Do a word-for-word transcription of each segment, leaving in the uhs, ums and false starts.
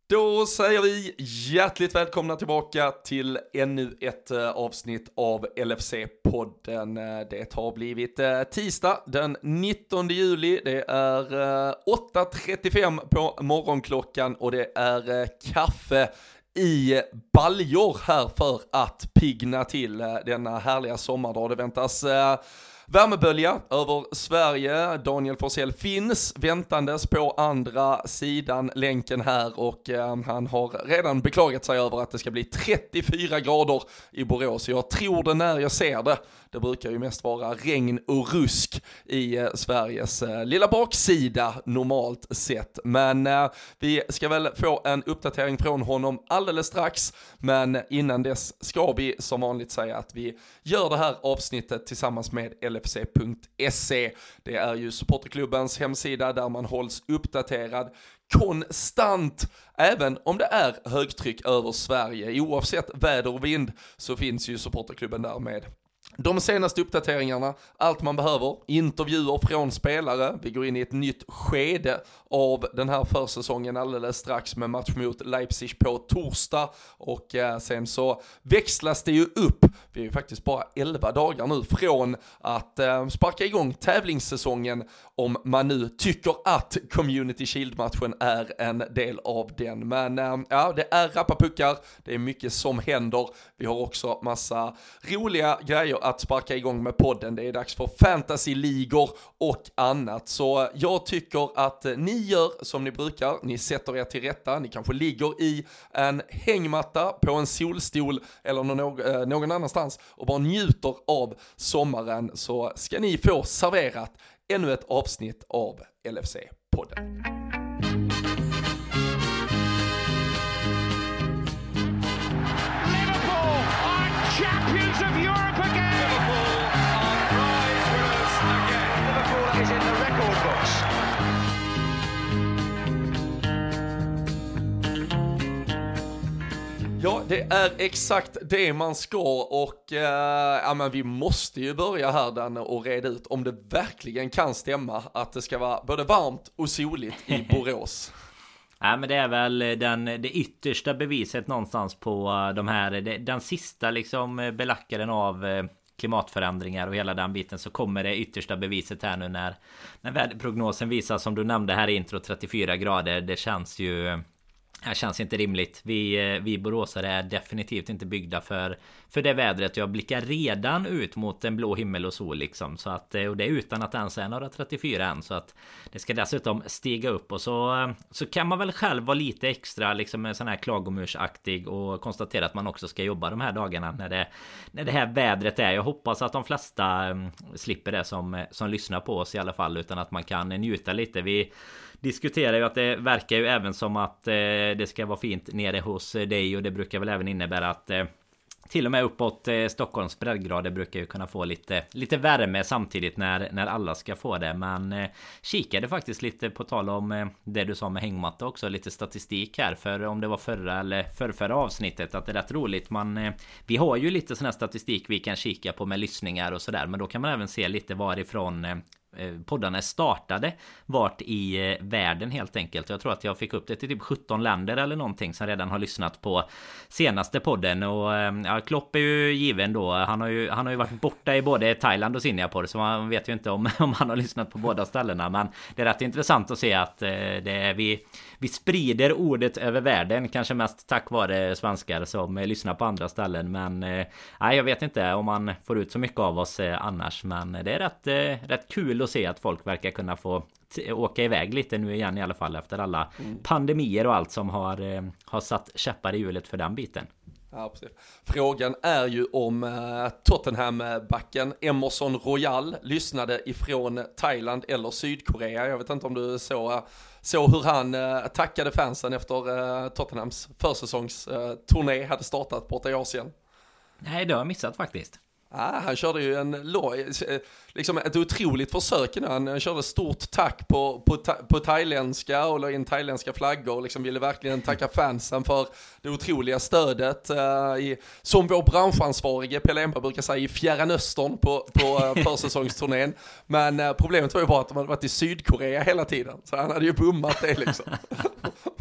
Då säger vi hjärtligt välkomna tillbaka till ännu ett uh, avsnitt av L F C-podden. Uh, det har blivit uh, tisdag den nittonde juli. Det är uh, åtta trettiofem på morgonklockan och det är uh, kaffe i baljor här för att pigna till uh, denna härliga sommardag. Det väntas uh, värmebölja över Sverige. Daniel Forsell finns väntandes på andra sidan länken här och eh, han har redan beklagat sig över att det ska bli trettiofyra grader i Borås. Jag tror det när jag ser det. Det brukar ju mest vara regn och rusk i eh, Sveriges eh, lilla baksida normalt sett. Men eh, vi ska väl få en uppdatering från honom alldeles strax. Men innan dess ska vi som vanligt säga att vi gör det här avsnittet tillsammans med L F C punkt se. Det är ju supporterklubbens hemsida där man hålls uppdaterad konstant, även om det är högtryck över Sverige. Oavsett väder och vind så finns ju supporterklubben där med de senaste uppdateringarna, allt man behöver, intervjuer från spelare. Vi går in i ett nytt skede av den här försäsongen alldeles strax med match mot Leipzig på torsdag. Och eh, sen så växlas det ju upp. Vi är ju faktiskt bara elva dagar nu från att eh, sparka igång tävlingssäsongen, om man nu tycker att Community Shield-matchen är en del av den. Men eh, ja, det är rappa puckar, det är mycket som händer. Vi har också massa roliga grejer att sparka igång med podden. Det är dags för fantasy-ligor och annat. Så jag tycker att ni gör som ni brukar. Ni sätter er till rätta. Ni kanske ligger i en hängmatta på en solstol eller någon, någon annanstans och bara njuter av sommaren, så ska ni få serverat ännu ett avsnitt av L F C-podden. Champions of Europe again! Liverpool are prize winners again. Liverpool is in the record books. Ja, det är exakt det man ska och eh, ja, men vi måste ju börja här Dan, och reda ut om det verkligen kan stämma att det ska vara både varmt och soligt i Borås. Nej, men det är väl den, det yttersta beviset någonstans på de här, den sista liksom belackaren av klimatförändringar och hela den biten, så kommer det yttersta beviset här nu när, när väderprognosen visar, som du nämnde här i intro, trettiofyra grader. Det känns ju... Det känns inte rimligt. Vi, vi boråsare är definitivt inte byggda för, för det vädret. Jag blickar redan ut mot en blå himmel och sol liksom. Så att, och det är utan att ens är några trettiofyra än. Så att det ska dessutom stiga upp. Och så, så kan man väl själv vara lite extra liksom sån här klagomursaktig och konstatera att man också ska jobba de här dagarna när det, när det här vädret är. Jag hoppas att de flesta um, slipper det som, som lyssnar på oss i alla fall. Utan att man kan njuta lite. Vi diskuterar ju att det verkar ju även som att eh, det ska vara fint nere hos dig, och det brukar väl även innebära att eh, till och med uppåt eh, Stockholms breddgrader brukar ju kunna få lite, lite värme samtidigt när, när alla ska få det. Men eh, kikade faktiskt lite på tal om eh, det du sa med hängmatta också, lite statistik här, för om det var förra eller förrförra avsnittet, att det är rätt roligt. Man, eh, vi har ju lite sån här statistik vi kan kika på med lyssningar och sådär, men då kan man även se lite varifrån eh, poddarna startade, vart i eh, världen helt enkelt. Jag tror att jag fick upp det till typ sjutton länder eller någonting som redan har lyssnat på senaste podden. Och eh, ja, Klopp är ju given då. Han har ju, han har ju varit borta i både Thailand och Singapore, så man vet ju inte om, om han har lyssnat på båda ställena. Men det är rätt intressant att se att eh, det är, vi, vi sprider ordet över världen, kanske mest tack vare svenskar som eh, lyssnar på andra ställen. Men eh, jag vet inte om man får ut så mycket av oss eh, annars. Men det är rätt, eh, rätt kul att se att folk verkar kunna få t- åka iväg lite nu igen, i alla fall efter alla mm. pandemier och allt som har, eh, har satt käppar i hjulet för den biten. Ja, precis. Frågan är ju om eh, Tottenham-backen Emerson Royal lyssnade ifrån Thailand eller Sydkorea. Jag vet inte om du såg så hur han eh, tackade fansen efter eh, Tottenhams försäsongsturné eh, hade startat borta i Asien. Nej, det har jag missat faktiskt. Ah, han körde ju en loj, liksom ett otroligt försök nu. Han körde stort tack på, på, på thailändska och la in thailändska flaggor. Liksom ville verkligen tacka fansen för det otroliga stödet. Uh, i, som vår branschansvarige Pelle Emba brukar säga, i Fjärran Östern på, på uh, försäsongsturnén. Men uh, problemet var ju bara att de hade varit i Sydkorea hela tiden. Så han hade ju bummat det liksom.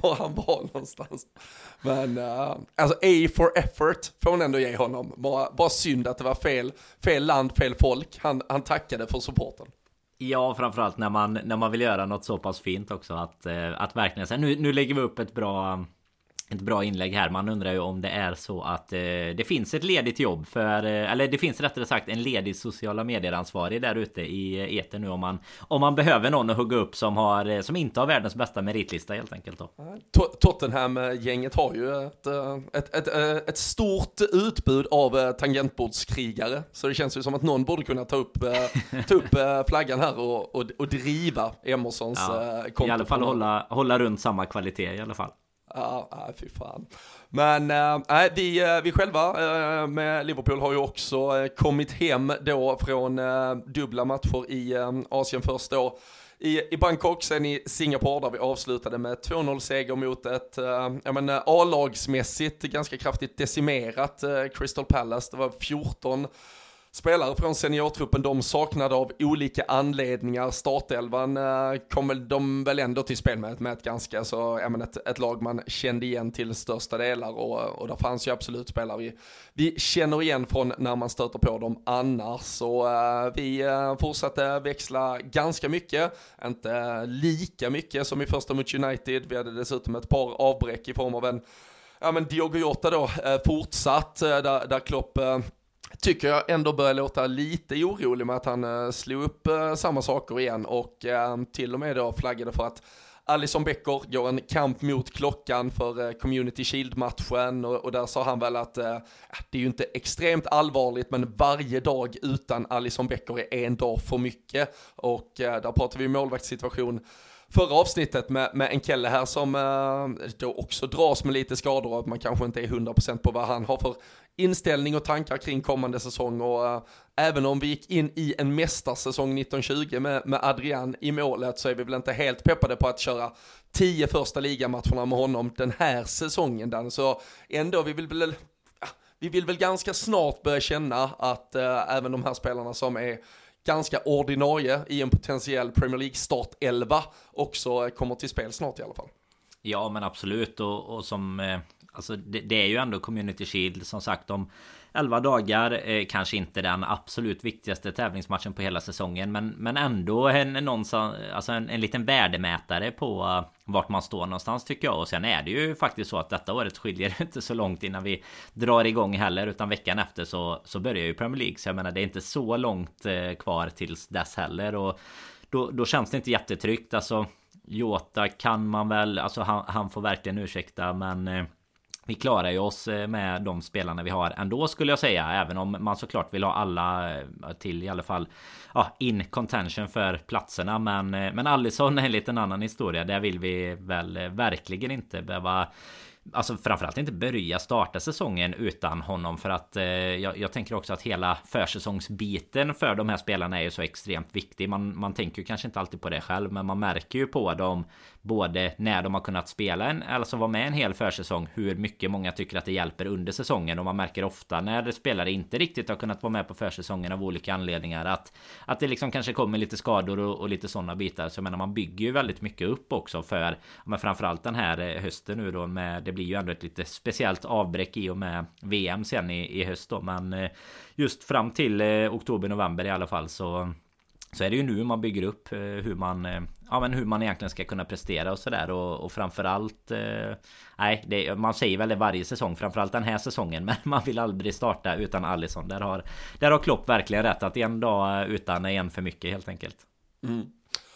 var han var någonstans. Men uh, alltså A for effort får man ändå ge honom. Bara, bara synd att det var fel, fel land, fel folk. Han, han tackade för supporten. Ja, framförallt när man, när man vill göra något så pass fint också. Att, att verkligen säga, nu, nu lägger vi upp ett bra... Ett bra inlägg här. Man undrar ju om det är så att eh, det finns ett ledigt jobb för, eh, eller det finns rättare sagt en ledig sociala medieransvarig där ute i etern nu om man, om man behöver någon att hugga upp som, har, som inte har världens bästa meritlista helt enkelt då. Tottenham-gänget har ju ett, ett, ett, ett stort utbud av tangentbordskrigare, så det känns ju som att någon borde kunna ta upp, ta upp flaggan här och, och, och driva Emersons ja, konto. I alla fall hålla, hålla runt samma kvalitet i alla fall. Ja, ja, fy fan. Men äh, vi, vi själva äh, med Liverpool har ju också äh, kommit hem då från äh, dubbla matcher i äh, Asien först då. I, i Bangkok, sen i Singapore där vi avslutade med två noll seger mot ett äh, jag menar, A-lagsmässigt ganska kraftigt decimerat äh, Crystal Palace. Det var fjorton spelare från seniortruppen de saknade av olika anledningar. Startelvan eh, kom de väl ändå till spel med, med ett ganska så, jag menar, ett, ett lag man kände igen till största delar och, och där fanns ju absolut spelare vi, vi känner igen från när man stöter på dem annars. Så eh, vi eh, fortsatte växla ganska mycket, inte lika mycket som i första mot United. Vi hade dessutom ett par avbräck i form av en ja, men Diogo Jota då eh, fortsatt eh, där, där Klopp eh, tycker jag ändå börjar låta lite orolig med att han uh, slog upp uh, samma saker igen och uh, till och med då flaggade för att Alisson Becker går en kamp mot klockan för uh, Community Shield-matchen och, och där sa han väl att uh, det är ju inte extremt allvarligt men varje dag utan Alisson Becker är en dag för mycket och uh, där pratar vi målvaktssituation förra avsnittet med, med en Kelle här som uh, då också dras med lite skador och att man kanske inte är hundra procent på vad han har för inställning och tankar kring kommande säsong och uh, även om vi gick in i en mästarsäsong nitton tjugo med, med Adrian i målet så är vi väl inte helt peppade på att köra tio första ligamatcherna med honom den här säsongen Dan. Så ändå vi vill väl uh, vi vill väl ganska snart börja känna att uh, även de här spelarna som är ganska ordinarie i en potentiell Premier League start elva också kommer till spel snart i alla fall. Ja men absolut och, och som eh, alltså det, det är ju ändå Community Shield som sagt om elva dagar, eh, kanske inte den absolut viktigaste tävlingsmatchen på hela säsongen men, men ändå en, någonstans, alltså en, en liten värdemätare på uh, vart man står någonstans tycker jag och sen är det ju faktiskt så att detta året skiljer inte så långt innan vi drar igång heller utan veckan efter så, så börjar ju Premier League så jag menar det är inte så långt eh, kvar tills dess heller och då, då känns det inte jättetryggt alltså Jota kan man väl, alltså han, han får verkligen ursäkta men eh, vi klarar ju oss med de spelarna vi har ändå skulle jag säga. Även om man såklart vill ha alla till i alla fall ja, in contention för platserna. Men, men Alisson är en liten annan historia. Där vill vi väl verkligen inte behöva... Alltså framförallt inte börja starta säsongen utan honom för att eh, jag, jag tänker också att hela försäsongsbiten för de här spelarna är ju så extremt viktig. Man, man tänker ju kanske inte alltid på det själv men man märker ju på dem både när de har kunnat spela en, alltså vara med en hel försäsong hur mycket många tycker att det hjälper under säsongen och man märker ofta när spelare inte riktigt har kunnat vara med på försäsongen av olika anledningar att, att det liksom kanske kommer lite skador och, och lite sådana bitar. Så jag menar man bygger ju väldigt mycket upp också för men framförallt den här hösten nu då med det blir ju ändå ett lite speciellt avbräck i och med V M sen i, i höst då. Men just fram till eh, oktober-november i alla fall så, så är det ju nu man bygger upp eh, hur man eh, ja, men hur man egentligen ska kunna prestera och sådär och, och framförallt eh, nej, det, man säger väl det varje säsong framförallt den här säsongen men man vill aldrig starta utan Alisson. Där har, där har Klopp verkligen rätt att en dag utan är en för mycket helt enkelt. Mm.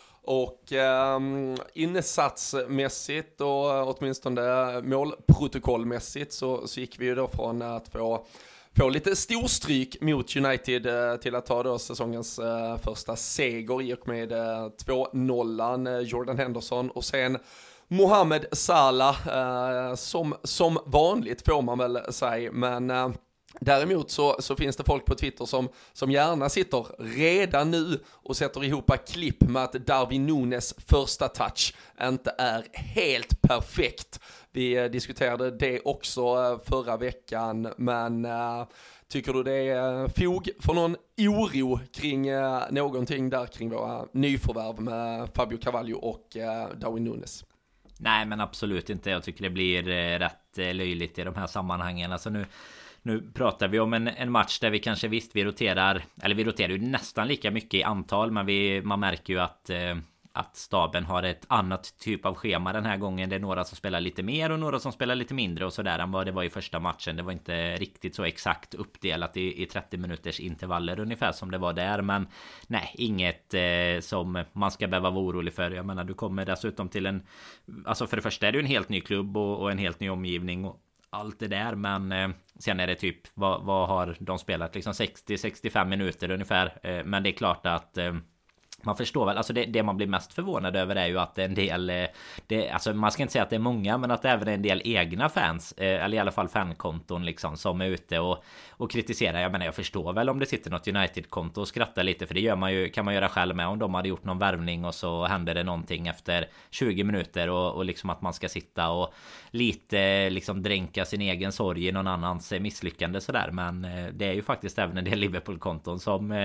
Och eh, insatsmässigt och åtminstone målprotokollmässigt så, så gick vi ju då från att få, få lite storstryk mot United eh, till att ta då säsongens eh, första seger i och med eh, två noll eh, Jordan Henderson och sen Mohamed Salah eh, som, som vanligt får man väl säga men eh, däremot så, så finns det folk på Twitter som, som gärna sitter redan nu och sätter ihop ett klipp med att Darwin Núñez första touch inte är helt perfekt. Vi diskuterade det också förra veckan men äh, tycker du det är fog för någon oro kring äh, någonting där kring våra nyförvärv med Fabio Carvalho och äh, Darwin Núñez? Nej, men absolut inte. Jag tycker det blir eh, rätt eh, löjligt i de här sammanhangen. Alltså nu, nu pratar vi om en, en match där vi kanske visst vi roterar, eller vi roterar ju nästan lika mycket i antal, men vi, man märker ju att eh, att staben har ett annat typ av schema den här gången. Det är några som spelar lite mer och några som spelar lite mindre och sådär än vad det var i första matchen. Det var inte riktigt så exakt uppdelat i, i trettio minuters intervaller ungefär som det var där. Men nej, inget eh, som man ska behöva vara orolig för. Jag menar, du kommer dessutom till en... Alltså för det första är det ju en helt ny klubb och, och en helt ny omgivning och allt det där, men eh, sen är det typ vad, vad har de spelat? Liksom sextio till sextiofem minuter ungefär. Eh, men det är klart att... Eh, man förstår väl, alltså det, det man blir mest förvånad över är ju att en del, det, alltså man ska inte säga att det är många, men att det även är en del egna fans, eller i alla fall fankonton liksom, som är ute och, och kritiserar. Jag menar, jag förstår väl om det sitter något United-konto och skrattar lite, för det gör man ju, kan man göra själv med om de hade gjort någon värvning och så händer det någonting efter tjugo minuter och, och liksom att man ska sitta och lite liksom dränka sin egen sorg i någon annans misslyckande sådär. Men det är ju faktiskt även en del Liverpool-konton som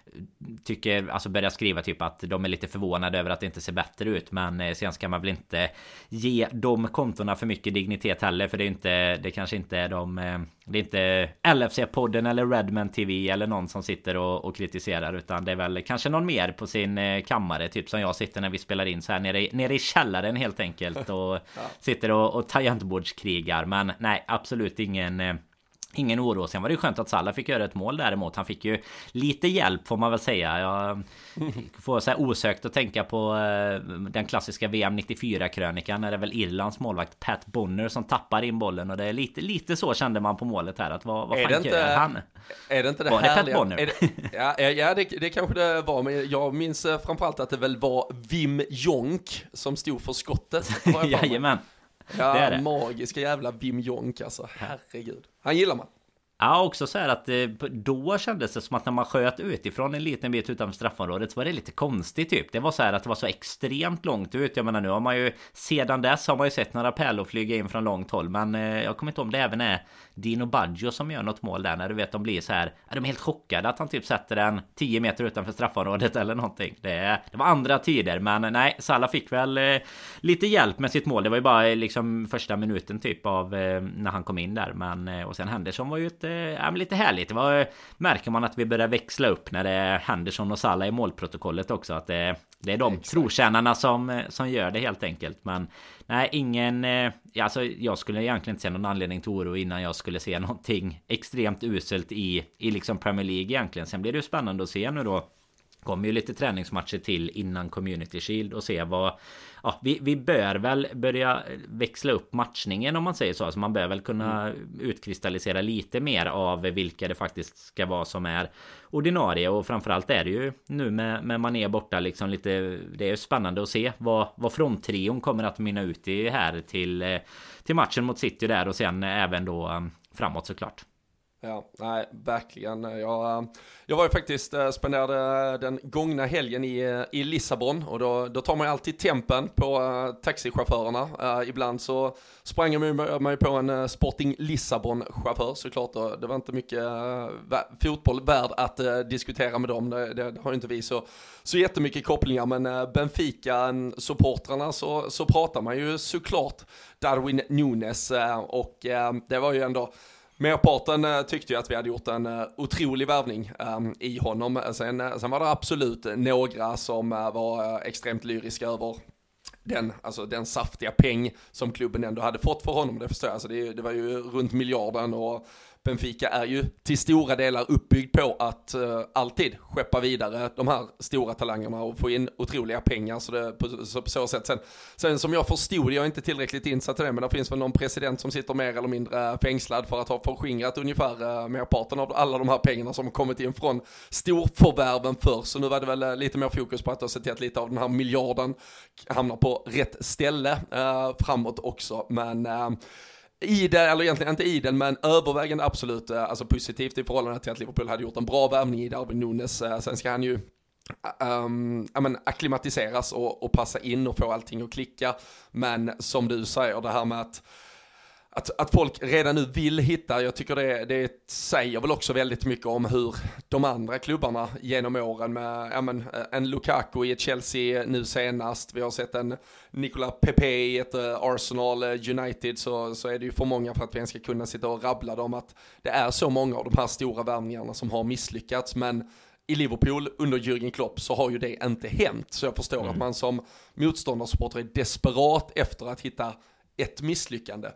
tycker, alltså börjar skriva typ att de är lite förvånade över att det inte ser bättre ut, men sen ska man väl inte ge de kontona för mycket dignitet heller, för det är inte, det kanske inte är de, det är inte L F C-podden eller Redman T V eller någon som sitter och, och kritiserar, utan det är väl kanske någon mer på sin kammare, typ som jag sitter när vi spelar in så här nere i, nere i källaren helt enkelt och ja. sitter och, och tangentbordskrigar. Men nej, absolut ingen Ingen oro. Sen var det ju skönt att Salah fick göra ett mål däremot. Han fick ju lite hjälp får man väl säga. Jag får så här osökt att tänka på den klassiska V M nittiofyra-krönikan. När det är väl Irlands målvakt Pat Bonner som tappar in bollen. Och det är lite, lite så kände man på målet här. Att vad, vad fan är det inte, gör han? Är det inte det var härliga? Det Pat Bonner? Är det, ja, ja det, det kanske det var. Men jag minns framförallt att det väl var Wim Jonk som stod för skottet. Jajamän. Ja, det är det. Magiska jävla Wim Jonk alltså, herregud. Han gillar man. Ja, också så här att då kändes det som att när man sköt utifrån en liten bit utanför straffområdet så var det lite konstigt typ. Det var så här att det var så extremt långt ut. Jag menar, nu har man ju, sedan dess har man ju sett några pärlor flyga in från långt håll. Men jag kommer inte om det även är Dino Baggio som gör något mål där, när du vet de blir så här, är de helt chockade att han typ sätter den tio meter utanför straffområdet eller någonting. Det, det var andra tider, men nej, Salah fick väl eh, lite hjälp med sitt mål. Det var ju bara liksom första minuten typ av eh, när han kom in där, men eh, och sen Henderson var ju ett, eh, lite härligt. Det var, eh, märker man att vi börjar växla upp när det är Henderson och Salah i målprotokollet också, att det, det är de Exakt. trotjänarna som, som gör det helt enkelt. Men nej, ingen eh, alltså jag skulle egentligen inte se någon anledning till oro innan jag skulle se någonting extremt uselt i, i liksom Premier League egentligen. Sen blir det ju spännande att se nu då. Kommer ju lite träningsmatcher till innan Community Shield och se vad... Ja, vi, vi bör väl börja växla upp matchningen om man säger så. Alltså man bör väl kunna mm. utkristallisera lite mer av vilka det faktiskt ska vara som är ordinarie. Och framförallt är det ju nu med, med Mané borta liksom lite... Det är ju spännande att se vad, vad fronttrion kommer att mynna ut i här till, till matchen mot City där. Och sen även då framåt såklart. Ja, nej, verkligen. Jag, jag var ju faktiskt spenderade den gångna helgen i, i Lissabon, och då, då tar man ju alltid tempen på uh, taxichaufförerna. Uh, ibland så sprang man, man ju på en uh, Sporting Lissabon-chaufför såklart. Då. Det var inte mycket uh, fotboll värd att uh, diskutera med dem. Det, det, det har ju inte vi så, så jättemycket kopplingar, men uh, Benfica-supportrarna så, så pratar man ju såklart Darwin Núñez uh, och uh, det var ju ändå... Merparten uh, tyckte ju att vi hade gjort en uh, otrolig värvning um, i honom. Sen, uh, sen var det absolut några som uh, var uh, extremt lyriska över den, alltså den saftiga peng som klubben ändå hade fått för honom. Det förstår jag. Alltså det, det var ju runt miljarden, och Benfica är ju till stora delar uppbyggd på att uh, alltid skeppa vidare de här stora talangerna och få in otroliga pengar. Så det, på, så, på så sätt. Sen, sen som jag förstod, jag är inte tillräckligt insatt i det, men det finns väl någon president som sitter mer eller mindre fängslad för att ha förskingrat ungefär uh, merparten av alla de här pengarna som har kommit in från storförvärven förr. Så nu var det väl uh, lite mer fokus på att se till att lite av den här miljarden hamnar på rätt ställe uh, framåt också. Men... Uh, idel, eller egentligen inte idel, men övervägande absolut alltså positivt i förhållande till att Liverpool hade gjort en bra värvning i Darwin Núñez. Sen ska han ju um, ja, men, akklimatiseras och, och passa in och få allting att klicka. Men som du säger, det här med att Att, att folk redan nu vill hitta, jag tycker det, det säger väl också väldigt mycket om hur de andra klubbarna genom åren med ja men, en Lukaku i ett Chelsea nu senast, vi har sett en Nicolas Pepe i ett uh, Arsenal uh, United, så, så är det ju för många för att vi ens ska kunna sitta och rabbla dem att det är så många av de här stora värvningarna som har misslyckats, men i Liverpool under Jürgen Klopp så har ju det inte hänt, så jag förstår mm. att man som motståndarsupporter är desperat efter att hitta ett misslyckande.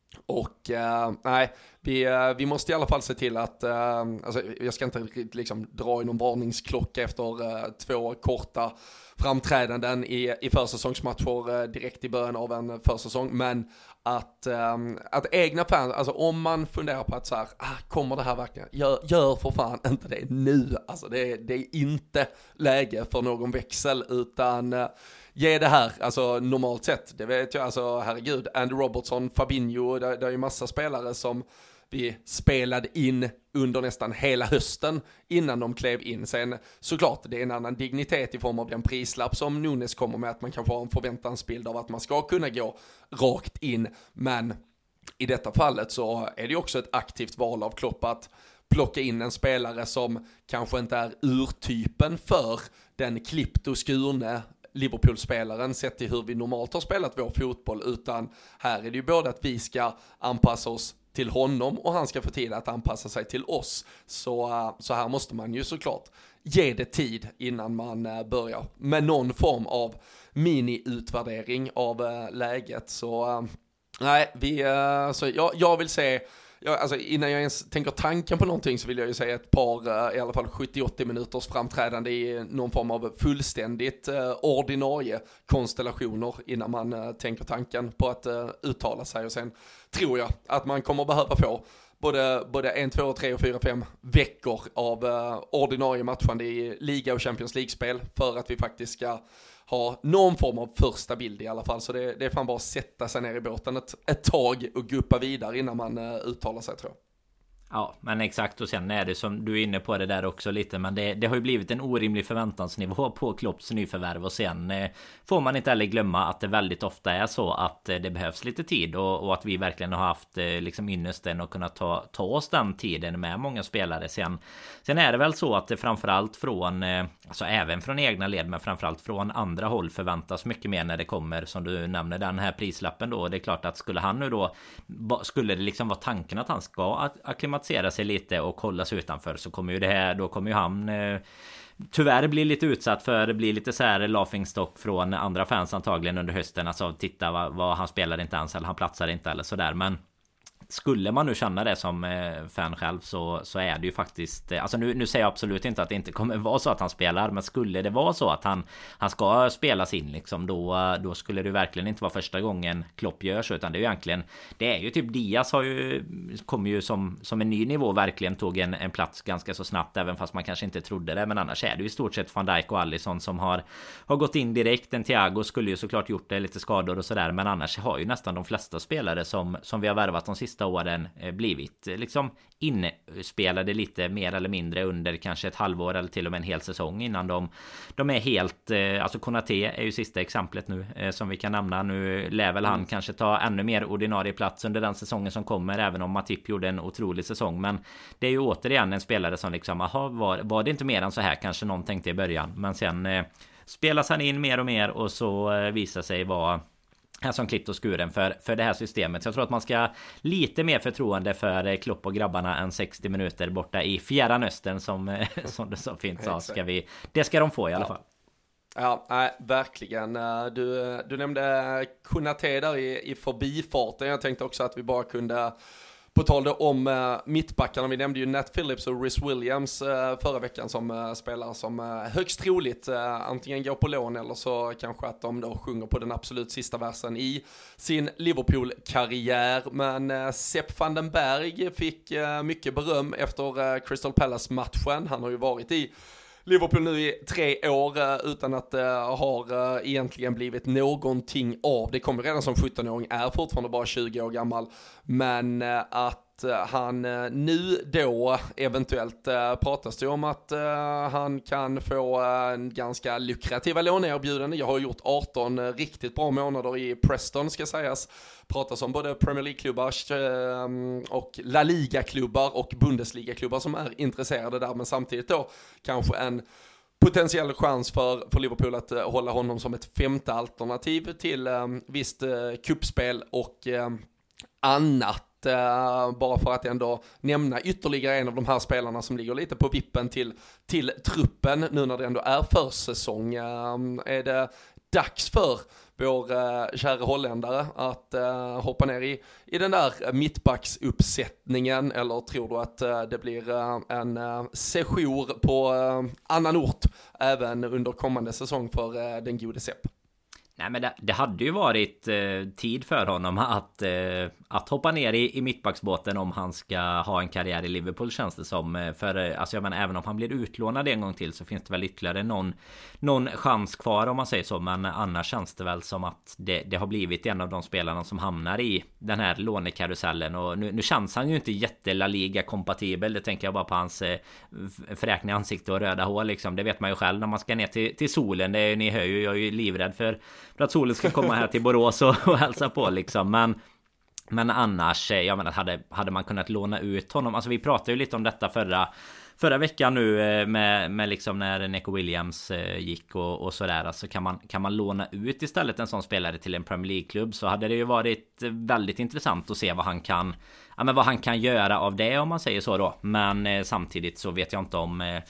Och uh, nej, vi, uh, vi måste i alla fall se till att, uh, alltså, jag ska inte liksom dra i någon varningsklocka efter uh, två korta framträdanden i, i försäsongsmatcher uh, direkt i början av en försäsong, men att, um, att egna fans, alltså om man funderar på att så här, ah, kommer det här verkligen, gör, gör för fan inte det nu, alltså det, det är inte läge för någon växel, utan uh, ge det här, alltså normalt sett, det vet jag, alltså herregud, Andy Robertson, Fabinho, det, det är ju massa spelare som vi spelade in under nästan hela hösten innan de klev in. Sen såklart, det är en annan dignitet i form av den prislapp som Nunes kommer med, att man kan få en förväntansbild av att man ska kunna gå rakt in, men i detta fallet så är det ju också ett aktivt val av Klopp att plocka in en spelare som kanske inte är urtypen för den klippt och skurne Liverpool-spelaren sett till hur vi normalt har spelat vår fotboll, utan här är det ju både att vi ska anpassa oss till honom och han ska få tid att anpassa sig till oss. Så, så här måste man ju såklart ge det tid innan man börjar med någon form av mini-utvärdering av läget. Så nej, vi, så jag, jag vill se, jag, alltså innan jag ens tänker tanken på någonting så vill jag ju säga ett par, i alla fall sjuttio till åttio minuters framträdande i någon form av fullständigt uh, ordinarie konstellationer innan man uh, tänker tanken på att uh, uttala sig. Och sen tror jag att man kommer behöva få både, både en, två, tre och fyra, fem veckor av uh, ordinarie matchande i liga och Champions League-spel för att vi faktiskt ska ha någon form av första bild i alla fall. Så det, det är fan bara att sätta sig ner i båten ett, ett tag och guppa vidare innan man uh, uttalar sig, tror jag. Ja, men exakt, och sen är det som du är inne på det där också lite, men det, det har ju blivit en orimlig förväntansnivå på Klopps nyförvärv, och sen eh, får man inte heller glömma att det väldigt ofta är så att eh, det behövs lite tid, och, och att vi verkligen har haft eh, liksom ynnesten och kunna ta, ta oss den tiden med många spelare. Sen, sen är det väl så att det framförallt från, eh, alltså även från egna led, men framförallt från andra håll förväntas mycket mer när det kommer, som du nämner, den här prislappen då. Det är klart att skulle han nu då, skulle det liksom vara tanken att han ska akklimatisera sig lite och hålla sig utanför, så kommer ju det här, då kommer ju han eh, tyvärr bli lite utsatt för, det blir lite så här laughingstock från andra fans antagligen under hösten, alltså titta vad, vad han spelar inte ens, eller han platsar inte eller sådär. Men skulle man nu känna det som eh, fan själv, så, så är det ju faktiskt eh, alltså nu, nu säger jag absolut inte att det inte kommer vara så att han spelar, men skulle det vara så att han, han ska spelas in liksom, då, då skulle det verkligen inte vara första gången Klopp gör så, utan det är ju egentligen, det är ju typ Diaz har ju kommer ju som, som en ny nivå, verkligen tog en, en plats ganska så snabbt, även fast man kanske inte trodde det, men annars är det ju i stort sett Van Dijk och Alisson som har, har gått in direkt. En Thiago skulle ju såklart gjort det, lite skador och sådär, men annars har ju nästan de flesta spelare som, som vi har värvat de sista åren blivit liksom inspelade lite mer eller mindre under kanske ett halvår eller till och med en hel säsong innan de, de är helt, alltså Konaté är ju sista exemplet nu som vi kan nämna. Nu lär väl han mm. kanske ta ännu mer ordinarie plats under den säsongen som kommer, även om Matip gjorde en otrolig säsong, men det är ju återigen en spelare som liksom, aha, var, var det inte mer än så här kanske någon tänkte i början, men sen eh, spelas han in mer och mer, och så eh, visar sig vara här som klippt och skuren för, för det här systemet. Så jag tror att man ska lite mer förtroende för Klopp och grabbarna än sextio minuter borta i Fjärran Östern, som, som det så fint sa. Ska vi, det ska de få i alla fall. Ja, nej, verkligen. Du, du nämnde Konaté där i, i förbifarten. Jag tänkte också att vi bara kunde, på tal om uh, mittbackarna, vi nämnde ju Nat Phillips och Rhys Williams uh, förra veckan som uh, spelar som uh, högst troligt uh, antingen går på lån, eller så kanske att de då sjunger på den absolut sista versen i sin Liverpool-karriär. Men uh, Sepp van den Berg fick uh, mycket beröm efter uh, Crystal Palace-matchen. Han har ju varit i Liverpool nu i tre år uh, utan att det uh, har uh, egentligen blivit någonting av. Det kommer redan som sjutton-åring, är fortfarande bara tjugo år gammal. Men uh, att att han nu då eventuellt pratas det om att han kan få en ganska lukrativa låneerbjudande. Jag har gjort arton riktigt bra månader i Preston ska sägas. Pratas om både Premier League-klubbar och La Liga-klubbar och Bundesliga-klubbar som är intresserade där, men samtidigt då kanske en potentiell chans för, för Liverpool att uh, hålla honom som ett femte alternativ till um, visst uh, kuppspel och um, annat. Uh, bara för att ändå nämna ytterligare en av de här spelarna som ligger lite på vippen till, till truppen nu när det ändå är försäsong. Uh, är det dags för vår uh, kära holländare att uh, hoppa ner i, i den där mittbacksuppsättningen, eller tror du att uh, det blir uh, en uh, sejour på uh, annan ort även under kommande säsong för uh, den gode Sepp? Nej, men det, det hade ju varit eh, tid för honom att, eh, att hoppa ner i, i mittbacksbåten om han ska ha en karriär i Liverpool, känns det som. För eh, alltså, jag menar, även om han blir utlånad en gång till så finns det väl ytterligare någon, någon chans kvar om man säger så. Men annars känns det väl som att det, det har blivit en av de spelarna som hamnar i den här lånekarusellen. Och nu, nu känns han ju inte jätte La Liga kompatibel. Det tänker jag bara på hans eh, fräkniga ansikte och röda hår liksom. Det vet man ju själv när man ska ner till, till solen. Det är, ni hör ju, jag är ju livrädd för för att solen ska komma här till Borås och, och hälsa på liksom. Men, men annars, jag menar, hade, hade man kunnat låna ut honom. Alltså vi pratade ju lite om detta förra, förra veckan nu med, med liksom när Neco Williams gick och, och sådär. Alltså kan man, kan man låna ut istället en sån spelare till en Premier League-klubb, så hade det ju varit väldigt intressant att se vad han kan, ja, men vad han kan göra av det, om man säger så då. Men samtidigt så vet jag inte om...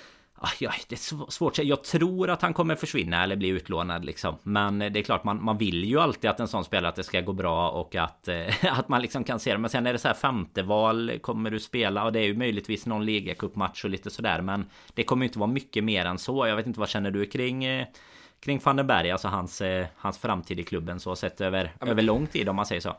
Ja, det är svårt. Jag tror att han kommer försvinna eller bli utlånad liksom. Men det är klart, man, man vill ju alltid att en sån spelare, att det ska gå bra och att, eh, att man liksom kan se det. Men sen är det så här, femte val kommer du spela, och det är ju möjligtvis någon ligacupmatch och lite sådär. Men det kommer ju inte vara mycket mer än så. Jag vet inte, vad känner du kring, eh, kring Van den Berg, alltså hans, eh, hans framtid i klubben så sett över, ja, men... över lång tid, om man säger så?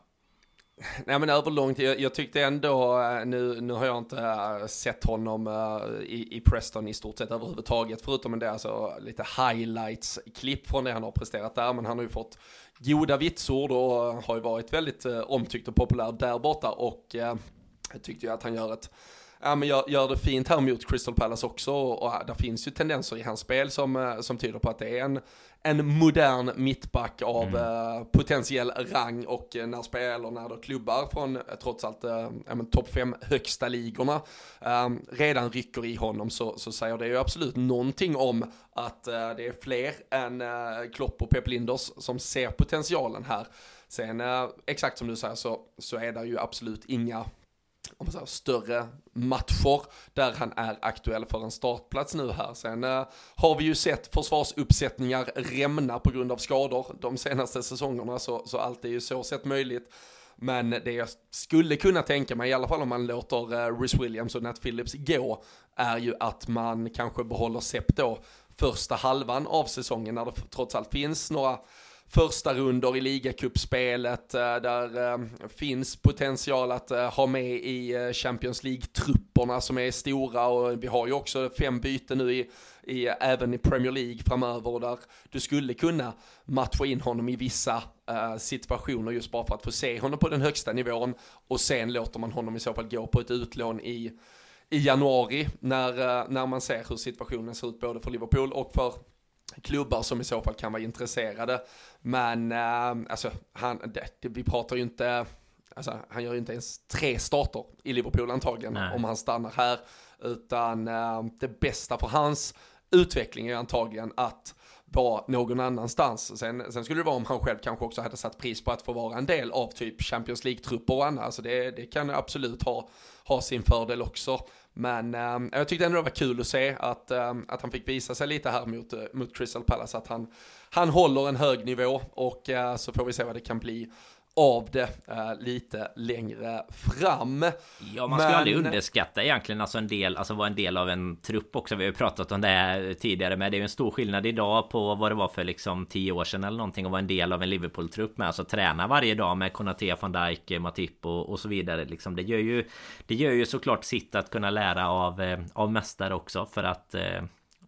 Nej, men över lång tid, jag, jag tyckte ändå, nu, nu har jag inte uh, sett honom uh, i, i Preston i stort sett överhuvudtaget, förutom en del alltså, lite highlights-klipp från det han har presterat där, men han har ju fått goda vitsord och uh, har ju varit väldigt uh, omtyckt och populär där borta, och uh, jag tyckte ju att han gör ett Ja, men gör, gör det fint här mot Crystal Palace också, och, och där finns ju tendenser i hans spel som, som tyder på att det är en, en modern mittback av mm. uh, potentiell rang, och uh, när spelarna då klubbar från uh, trots allt uh, topp fem högsta ligorna um, redan rycker i honom, så, så säger det ju absolut någonting om att uh, det är fler än uh, Klopp och Pep Linders som ser potentialen här. Sen uh, exakt som du säger så, så är det ju absolut inga om man säger, större matcher där han är aktuell för en startplats nu här. Sen uh, har vi ju sett försvarsuppsättningar rämna på grund av skador de senaste säsongerna, så, så allt är ju så sett möjligt. Men det jag skulle kunna tänka mig, i alla fall om man låter uh, Rhys Williams och Nat Phillips gå, är ju att man kanske behåller Sepp då första halvan av säsongen, när det trots allt finns några första rundor i ligacupspelet där äh, finns potential att äh, ha med i äh, Champions League-trupperna som är stora, och vi har ju också fem byten nu i, i, även i Premier League framöver, där du skulle kunna matcha in honom i vissa äh, situationer just bara för att få se honom på den högsta nivån, och sen låter man honom i så fall gå på ett utlån i, i januari när, äh, när man ser hur situationen ser ut både för Liverpool och för klubbar som i så fall kan vara intresserade. Men äh, alltså, han, det, det, vi pratar ju inte, alltså, han gör ju inte ens tre starter i Liverpool antagligen. Nej. Om han stannar här, utan äh, det bästa för hans utveckling är antagligen att vara någon annanstans. Sen, sen skulle det vara om han själv kanske också hade satt pris på att få vara en del av typ Champions League-trupper och annat. Alltså det, det kan absolut ha, ha sin fördel också. Men äh, jag tyckte ändå det var kul att se att, äh, att han fick visa sig lite här mot, äh, mot Crystal Palace. Att han, han håller en hög nivå, och äh, så får vi se vad det kan bli av det äh, lite längre fram. Ja, man ska Men... aldrig underskatta egentligen alltså en del, alltså vara en del av en trupp också. Vi har ju pratat om det här tidigare, men det är ju en stor skillnad idag på vad det var för liksom tio år sedan eller någonting, att vara en del av en Liverpool-trupp med, alltså träna varje dag med Konaté, Van Dijk, Matip och, och så vidare liksom. Det gör ju det gör ju såklart sitt att kunna lära av, av mästare också, för att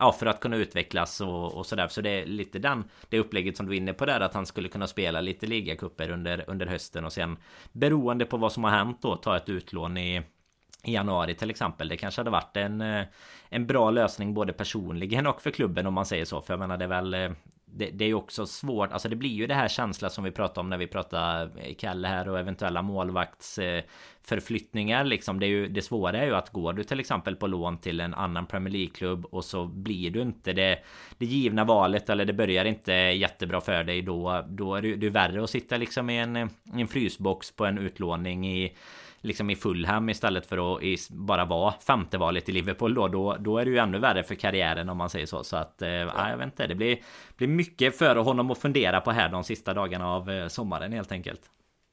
ja, för att kunna utvecklas och, och sådär. Så det är lite den, det upplägget som du är inne på där, att han skulle kunna spela lite ligakupper under, under hösten och sen beroende på vad som har hänt då ta ett utlån i i januari till exempel. Det kanske hade varit en, en bra lösning både personligen och för klubben, om man säger så. För jag menar, det är väl det, det är ju också svårt, alltså det blir ju det här känsla som vi pratade om när vi pratade Kalle här och eventuella målvaktsförflyttningar liksom. Det är ju, det svåra är ju att går du till exempel på lån till en annan Premier League-klubb och så blir du inte det, det givna valet, eller det börjar inte jättebra för dig, då, då är det, det är värre att sitta liksom i en, i en frysbox på en utlåning i liksom i Fulham istället för att bara vara femte valet i Liverpool då, då, då är det ju ännu värre för karriären, om man säger så. Så att, eh, ja. jag vet inte, det blir, blir mycket för honom att fundera på här de sista dagarna av eh, sommaren helt enkelt.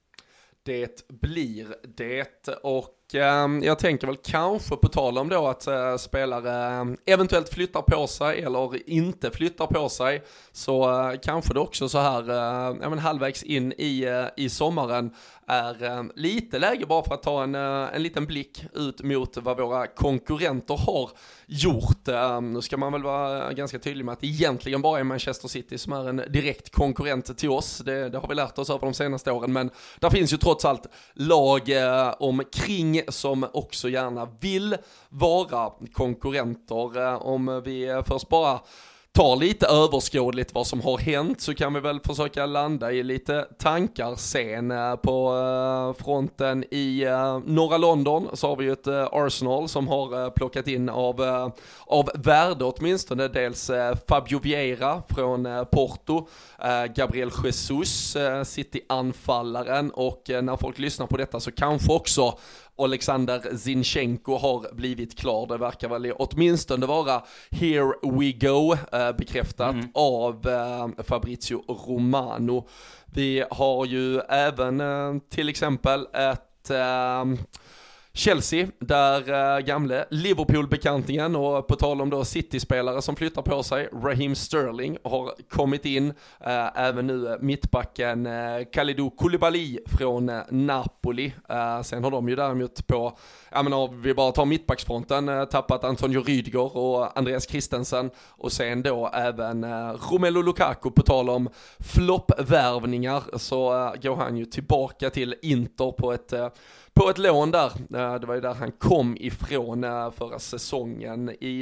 Det blir det, och eh, jag tänker väl kanske på tal om då att eh, spelare eh, eventuellt flyttar på sig eller inte flyttar på sig, så eh, kanske det också så här eh, ja, men halvvägs in i, eh, i sommaren är eh, lite läge bara för att ta en, eh, en liten blick ut mot vad våra konkurrenter har gjort. Eh, nu ska man väl vara ganska tydlig med att det egentligen bara är Manchester City som är en direkt konkurrent till oss. Det, det har vi lärt oss över de senaste åren, men där finns ju trots allt lag eh, omkring som också gärna vill vara konkurrenter. Eh, om vi först bara tar lite överskådligt vad som har hänt, så kan vi väl försöka landa i lite tankar sen. På fronten i norra London så har vi ju ett Arsenal som har plockat in av, av värde åtminstone, dels Fabio Vieira från Porto, Gabriel Jesus, City-anfallaren, och när folk lyssnar på detta så kanske också Alexander Zinchenko har blivit klar. Det verkar väl åtminstone vara here we go eh, bekräftat mm. av eh, Fabrizio Romano. Vi har ju även eh, till exempel ett eh, Chelsea, där äh, gamle Liverpool-bekantingen, och på tal om då City-spelare som flyttar på sig, Raheem Sterling har kommit in, äh, även nu mittbacken äh, Kalidou Koulibaly från äh, Napoli. Äh, sen har de ju däremot på, jag menar, vi bara tar mittbacksfronten, äh, tappat Antonio Rüdiger och Andreas Christensen, och sen då även äh, Romelu Lukaku. På tal om floppvärvningar så äh, går han ju tillbaka till Inter på ett äh, på ett lån där. Det var ju där han kom ifrån förra säsongen i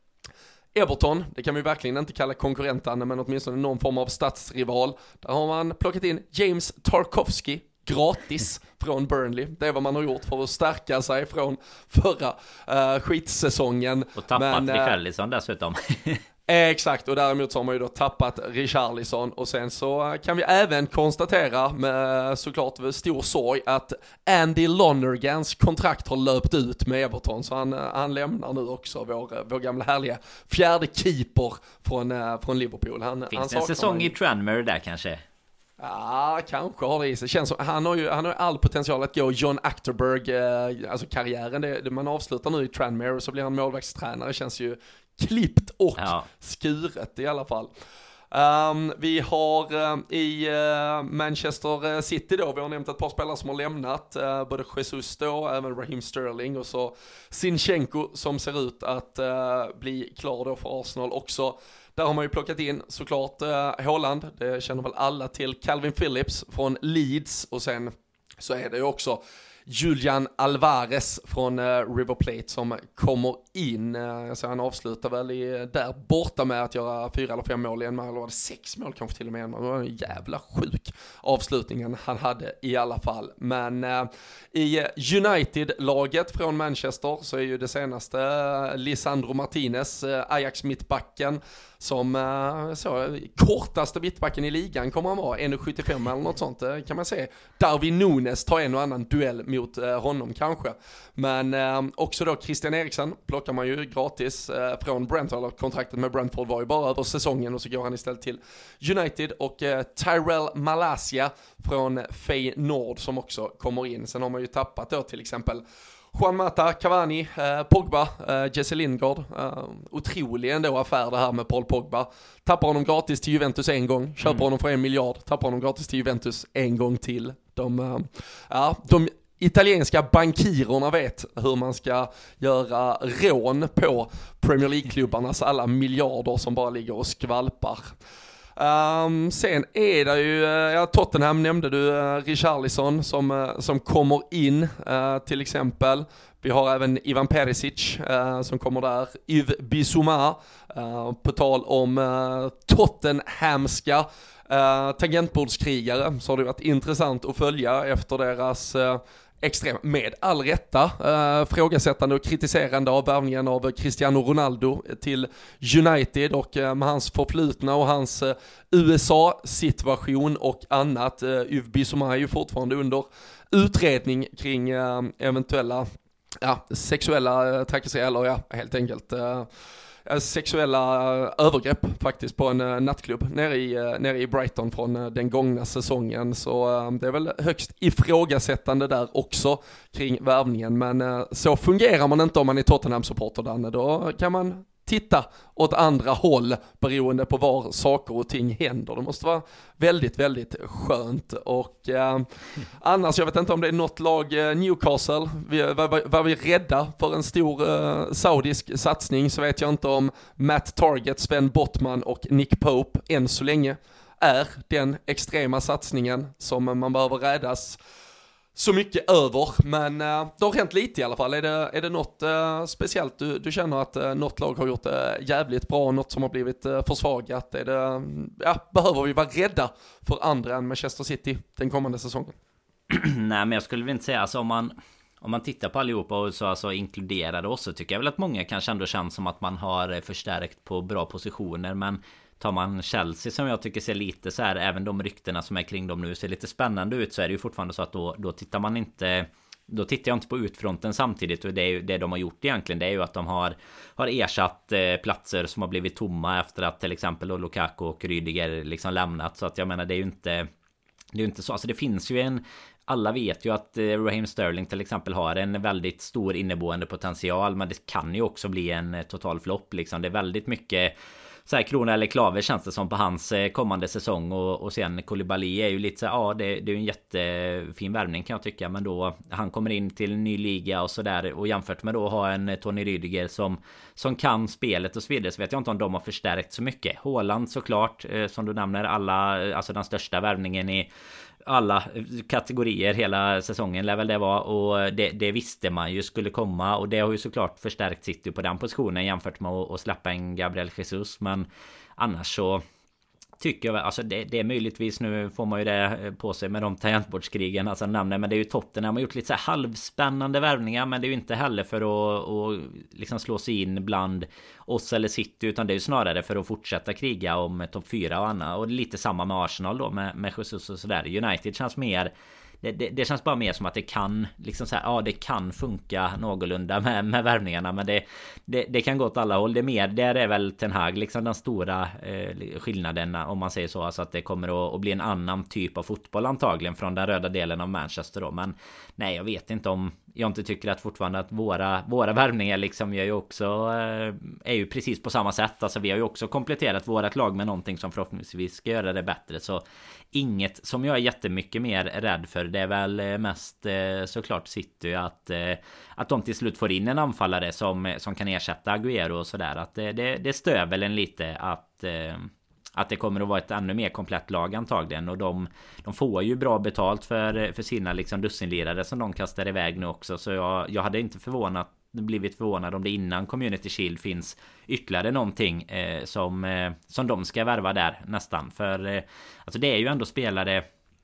Everton. Det kan vi verkligen inte kalla konkurrenten, men åtminstone någon form av stadsrival. Där har man plockat in James Tarkowski gratis från Burnley. Det är vad man har gjort för att stärka sig från förra uh, skitsäsongen. Och tappat men, Richarlison dessutom. Exakt, och däremot så har man ju då tappat Richarlison, och sen så kan vi även konstatera med såklart stor sorg att Andy Lonergans kontrakt har löpt ut med Everton, så han, han lämnar nu också, vår, vår gamla härliga fjärde keeper från, från Liverpool. Han, Finns han en säsong man... i Tranmere där kanske? Ja, kanske har det i sig. Känns som, han har ju han har all potential att gå John Achterberg, eh, alltså karriären, det, det man avslutar nu i Tranmere och så blir han målvaktstränare, känns ju klippt och ja. skuret i alla fall. Um, vi har uh, i uh, Manchester City då, vi har nämnt ett par spelare som har lämnat, uh, både Jesus då, även Raheem Sterling, och så Zinchenko som ser ut att uh, bli klar då för Arsenal också. Där har man ju plockat in såklart uh, Haaland, det känner väl alla till, Calvin Phillips från Leeds, och sen så är det ju också Julian Alvarez från uh, River Plate som kommer in. Uh, så han avslutar väl i, där borta med att göra fyra eller fem mål i en match, eller var det sex mål kanske till och med. Det var en jävla sjuk avslutningen han hade i alla fall. Men uh, i United-laget från Manchester så är ju det senaste uh, Lisandro Martinez, uh, Ajax-mittbacken, som uh, så, kortaste mittbacken i ligan kommer han vara, en sjuttiofem eller något sånt, uh, kan man se. Darwin Núñez tar en och annan duell mot uh, honom kanske. Men uh, också då Christian Eriksen plockar man ju gratis uh, från Brentford, eller kontraktet med Brentford var ju bara över säsongen, och så går han istället till United, och uh, Tyrell Malacia från Feyenoord som också kommer in. Sen har man ju tappat då till exempel Juan Mata, Cavani, eh, Pogba, eh, Jesse Lingard. Eh, otrolig ändå affär det här med Paul Pogba. Tappar honom gratis till Juventus en gång, köper mm. honom för en miljard, tappar honom gratis till Juventus en gång till. De, eh, ja, de italienska bankirerna vet hur man ska göra rån på Premier League-klubbarnas alla miljarder som bara ligger och skvalpar. Um, sen är det ju, ja, Tottenham nämnde du, uh, Richarlison som, uh, som kommer in uh, till exempel. Vi har även Ivan Perisic uh, som kommer där. Yves Bissouma, uh, på tal om uh, Tottenhamska uh, tangentbordskrigare, så har det varit intressant att följa efter deras uh, extrem, med all rätta, uh, frågasättande och kritiserande av värvningen av Cristiano Ronaldo till United och uh, med hans förflutna och hans uh, U S A-situation och annat. Uh, Yves Bissouma är ju fortfarande under utredning kring uh, eventuella ja, sexuella uh, trakasserier, eller ja, helt enkelt uh, sexuella övergrepp faktiskt på en uh, nattklubb nere i, uh, nere i Brighton från uh, den gångna säsongen, så uh, det är väl högst ifrågasättande där också kring värvningen, men uh, så fungerar man inte om man är Tottenham-supporter, Danne. Då kan man titta åt andra håll beroende på var saker och ting händer. Det måste vara väldigt, väldigt skönt. Och eh, annars, jag vet inte om det är något lag, eh, Newcastle, vi, var, var vi rädda för en stor eh, saudisk satsning, så vet jag inte om Matt Target, Sven Bottman och Nick Pope än så länge är den extrema satsningen som man behöver räddas så mycket över, men uh, det har hänt lite i alla fall. Är det, är det något uh, speciellt du, du känner att uh, något lag har gjort uh, jävligt bra, något som har blivit uh, försvagat? Är det, uh, ja, behöver vi vara rädda för andra än Manchester City den kommande säsongen? Nej, men jag skulle väl inte säga, alltså om man om man tittar på allihopa och så alltså inkluderade oss, så tycker jag väl att många kanske ändå känns som att man har förstärkt på bra positioner, men tar man Chelsea som jag tycker ser lite så här, även de ryktena som är kring dem nu ser lite spännande ut, så är det ju fortfarande så att då, då tittar man inte då tittar jag inte på utfronten samtidigt, och det är ju det de har gjort egentligen, det är ju att de har, har ersatt eh, platser som har blivit tomma efter att till exempel då Lukaku och Rüdiger liksom lämnat, så att jag menar det är ju inte det är ju inte så, alltså det finns ju en, alla vet ju att eh, Raheem Sterling till exempel har en väldigt stor inneboende potential, men det kan ju också bli en eh, total flopp liksom. Det är väldigt mycket så här krona eller klaver känns det som på hans kommande säsong, och, och sen Koulibaly är ju lite så här, ja det, det är ju en jättefin värvning kan jag tycka, men då han kommer in till en ny liga och så där, och jämfört med då ha en Tony Rüdiger som, som kan spelet och så vidare, så vet jag inte om de har förstärkt så mycket. Haaland såklart, eh, som du nämner, alla, alltså den största värvningen i alla kategorier hela säsongen lär väl det vara, och det, det visste man ju skulle komma, och det har ju såklart förstärkt City på den positionen jämfört med att, att släppa en Gabriel Jesus, men annars så tycker jag, alltså det, det är möjligtvis, nu får man ju det på sig med de tangentbordskrigen, alltså namnen, men det är ju Tottenham har gjort lite så här halvspännande värvningar, men det är ju inte heller för att, att liksom slå sig in bland oss eller City, utan det är ju snarare för att fortsätta kriga om topp fyra och annat, och lite samma med Arsenal då, med, med Jesus och sådär. United känns mer Det, det, det känns bara mer som att det kan liksom så här, ja det kan funka någorlunda med, med värvningarna, men det, det, det kan gå åt alla håll. Det är mer, där är väl Ten Hag liksom den stora eh, skillnaden, om man säger så, alltså att det kommer att, att bli en annan typ av fotboll antagligen från den röda delen av Manchester då. Men nej, jag vet inte om jag inte tycker att fortfarande att våra, våra värvningar liksom gör ju också eh, är ju precis på samma sätt. Alltså vi har ju också kompletterat vårat lag med någonting som förhoppningsvis ska göra det bättre, så inget som jag är jättemycket mer rädd för. Det är väl mest eh, såklart City, att, eh, att de till slut får in en anfallare som, som kan ersätta Agüero och sådär. Att det, det, det stör väl en lite att, eh, att det kommer att vara ett ännu mer komplett lag antagligen. Och de, de får ju bra betalt för, för sina liksom dussinlirare som de kastar iväg nu också. Så jag, jag hade inte förvånat blivit förvånad om det innan Community Shield finns ytterligare någonting eh, som, eh, som de ska värva där nästan. För eh, alltså det är ju ändå spelare,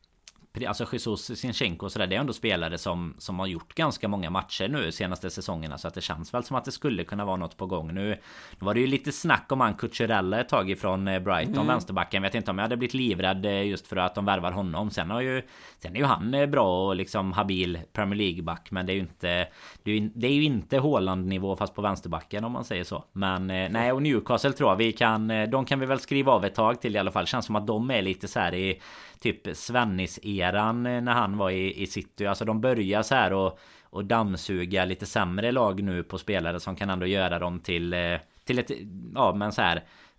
alltså Jesus, Zinchenko och sådär, det är ändå spelare som, som har gjort ganska många matcher nu senaste säsongerna, så att det känns väl som att det skulle kunna vara något på gång nu. Nu var det ju lite snack om han Cucurella ett tag ifrån Brighton, mm. vänsterbacken. Jag vet inte om jag hade blivit livrädd just för att de värvar honom. Sen har ju sen är ju han bra och liksom habil Premier League-back, men det är ju inte det är ju, det är ju inte Haaland-nivå fast på vänsterbacken om man säger så. Men nej, och Newcastle tror jag vi kan, de kan vi väl skriva av ett tag till i alla fall. Känns som att de är lite så här i typ Svennis-eran när han var i, i City. Alltså de börjar så här och, och dammsuga lite sämre lag nu på spelare som kan ändå göra dem till, till ett, ja men så här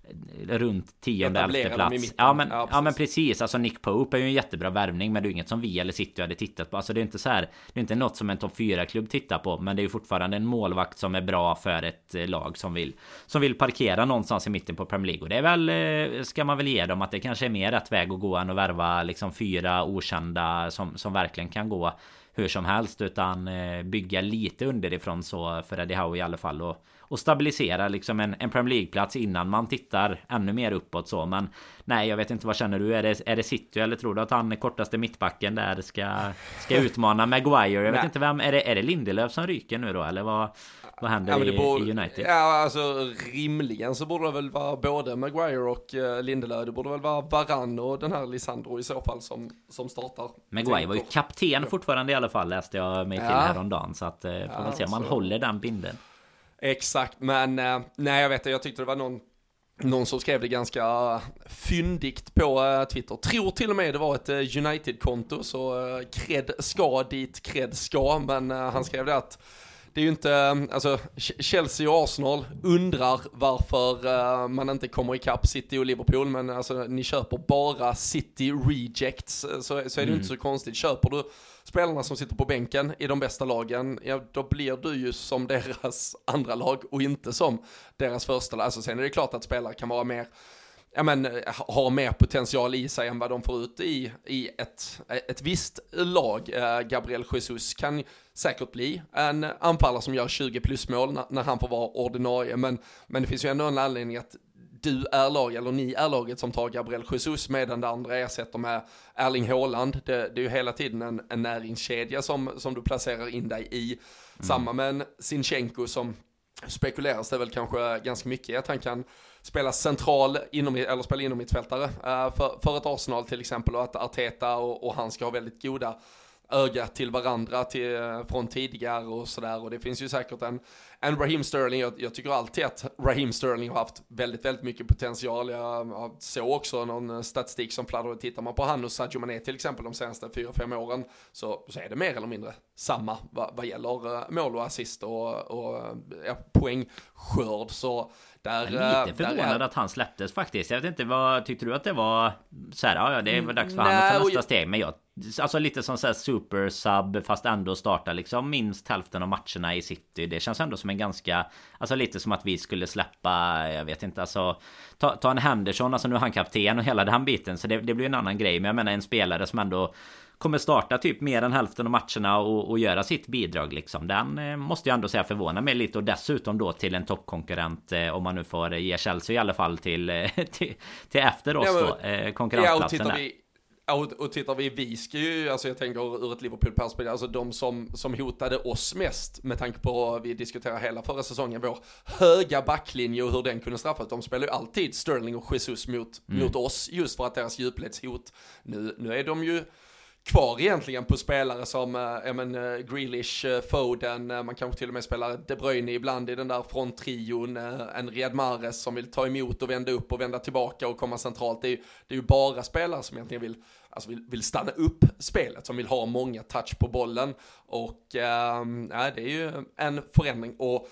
runt tionde elfte plats. Ja men, ja, ja men precis. Alltså Nick Pope är ju en jättebra värvning, men det är ju inget som vi eller City hade tittat på. Alltså det är inte så här, det är inte något som en topp fyra klubb tittar på, men det är ju fortfarande en målvakt som är bra för ett lag som vill som vill parkera någonstans i mitten på Premier League. Och det är väl, ska man väl ge dem, att det kanske är mer rätt väg att gå än att värva liksom fyra okända som, som verkligen kan gå hur som helst, utan bygga lite underifrån så för Eddie Howe i alla fall, och, och stabilisera liksom en, en Premier League-plats innan man tittar ännu mer uppåt så. Men nej, jag vet inte, vad känner du? Är det, är det City, eller tror du att han kortaste mittbacken där ska, ska utmana Maguire? Jag vet nej. inte vem, är det, är det Lindelöf som ryker nu då, eller vad, vad händer ja, i, borde, i United? Ja, alltså rimligen så borde det väl vara både Maguire och uh, Lindelöf. Det borde väl vara Varane och den här Lisandro i så fall som, som startar. Maguire var ju kapten fortfarande i alla fall, läste jag mig till ja. häromdagen, så att uh, får ja, väl se om man så håller den binden. Exakt, men uh, nej jag vet, jag tyckte det var någon Någon som skrev det ganska fyndigt på uh, Twitter. Tror till och med det var ett uh, United-konto, så uh, cred ska dit cred ska. Men uh, han skrev det att det är ju inte, alltså Chelsea och Arsenal undrar varför uh, man inte kommer ikapp City och Liverpool, men alltså ni köper bara City rejects, så, så är det mm. ju inte så konstigt. Köper du spelarna som sitter på bänken i de bästa lagen, ja då blir du ju som deras andra lag och inte som deras första lag. Alltså sen är det klart att spelare kan vara mer, ja men har mer potential i sig än vad de får ut i, i ett, ett visst lag. Uh, Gabriel Jesus kan säkert bli en anfallare som gör tjugo plus mål när, när han får vara ordinarie, men, men det finns ju ändå en anledning att du är lag, eller ni är laget som tar Gabriel Jesus, medan det andra ersätter med Erling Haaland. Det, det är ju hela tiden en, en näringskedja som, som du placerar in dig i. Mm. Samma med en Zinchenko som spekuleras det väl kanske ganska mycket i att han kan spela central inom, eller spela inom mittfältare uh, för, för ett Arsenal till exempel, och att Arteta och, och han ska ha väldigt goda öga till varandra till, från tidigare och sådär. Och det finns ju säkert en, en Raheem Sterling. Jag, jag tycker alltid att Raheem Sterling har haft väldigt, väldigt mycket potential. Jag, jag såg också någon statistik som fladdrar. Tittar man på han och Sadio Mané till exempel de senaste fyra fem åren, så, så är det mer eller mindre samma vad, vad gäller mål och assist och, och ja, poängskörd. Så där, jag är lite förvånad är... att han släpptes faktiskt. Jag vet inte, vad tyckte du att det var så här, ja det var dags för han att ta nästa jag... steg, men jag alltså lite som så här super sub, fast ändå starta liksom minst hälften av matcherna i City. Det känns ändå som en ganska, alltså lite som att vi skulle släppa, jag vet inte, alltså ta, ta en Henderson, alltså nu är han kapten och hela den biten, så det, det blir en annan grej. Men jag menar en spelare som ändå kommer starta typ mer än hälften av matcherna och, och göra sitt bidrag liksom. Den eh, måste jag ändå säga förvåna mig lite, och dessutom då till en toppkonkurrent, eh, om man nu får ge Chelsea i alla fall till, eh, till, till efter oss ja, men, då, eh, konkurrensplatsen ja, där. Ja, och, och tittar vi, vi ska ju, alltså jag tänker ur ett Liverpool-perspektiv, alltså de som, som hotade oss mest med tanke på, vi diskuterar hela förra säsongen, vår höga backlinje och hur den kunde straffas. De spelar ju alltid Sterling och Jesus mot, mm. mot oss, just för att deras djupledshot, nu, nu är de ju kvar egentligen på spelare som äh, men, äh, Grealish, äh, Foden, äh, man kanske till och med spelar De Bruyne ibland i den där fronttrion, äh, en Riyad Mahrez som vill ta emot och vända upp och vända tillbaka och komma centralt. Det är ju, det är ju bara spelare som egentligen vill, alltså vill, vill stanna upp spelet, som vill ha många touch på bollen, och äh, äh, det är ju en förändring. Och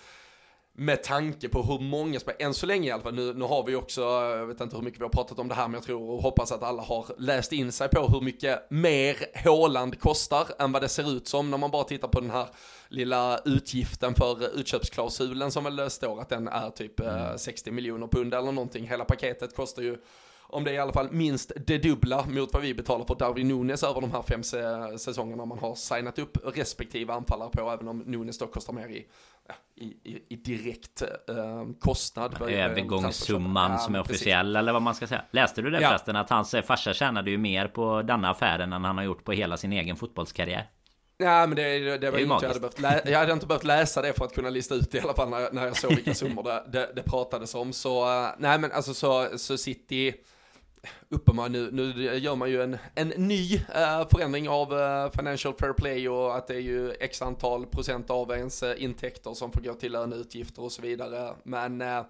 med tanke på hur många spelare, än så länge i alla fall, nu, nu har vi också, jag vet inte hur mycket vi har pratat om det här, men jag tror och hoppas att alla har läst in sig på hur mycket mer Haaland kostar än vad det ser ut som när man bara tittar på den här lilla utgiften för utköpsklausulen, som väl står att den är typ mm. sextio miljoner pund eller någonting. Hela paketet kostar ju, om det är i alla fall minst det dubbla mot vad vi betalar för Darwin Núñez över de här fem säsongerna man har signat upp respektive anfallare på, även om Núñez då kostar mer i, ja, i, i, i direkt eh, kostnad. Övergångssumman som är officiell, precis. Eller vad man ska säga. Läste du det ja. förresten, att hans farsa tjänade ju mer på denna affären än han har gjort på hela sin egen fotbollskarriär? Ja, men det, det, det var det inte, jag, hade behövt lä- jag hade inte behövt läsa det för att kunna lista ut det, i alla fall när, när jag såg vilka summor det, det, det pratades om. Så uh, nej, men alltså så, så City uppenbarligen, nu, nu gör man ju en, en ny uh, förändring av uh, Financial Fair Play, och att det är ju x antal procent av ens uh, intäkter som får gå till löneutgifter och så vidare. Men uh,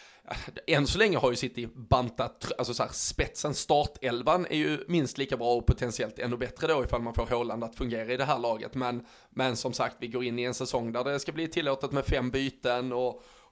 än så länge har ju City bantat, alltså så här, spetsen, startelvan är ju minst lika bra och potentiellt ännu bättre då ifall man får Haaland att fungera i det här laget. Men, men som sagt, vi går in i en säsong där det ska bli tillåtet med fem byten och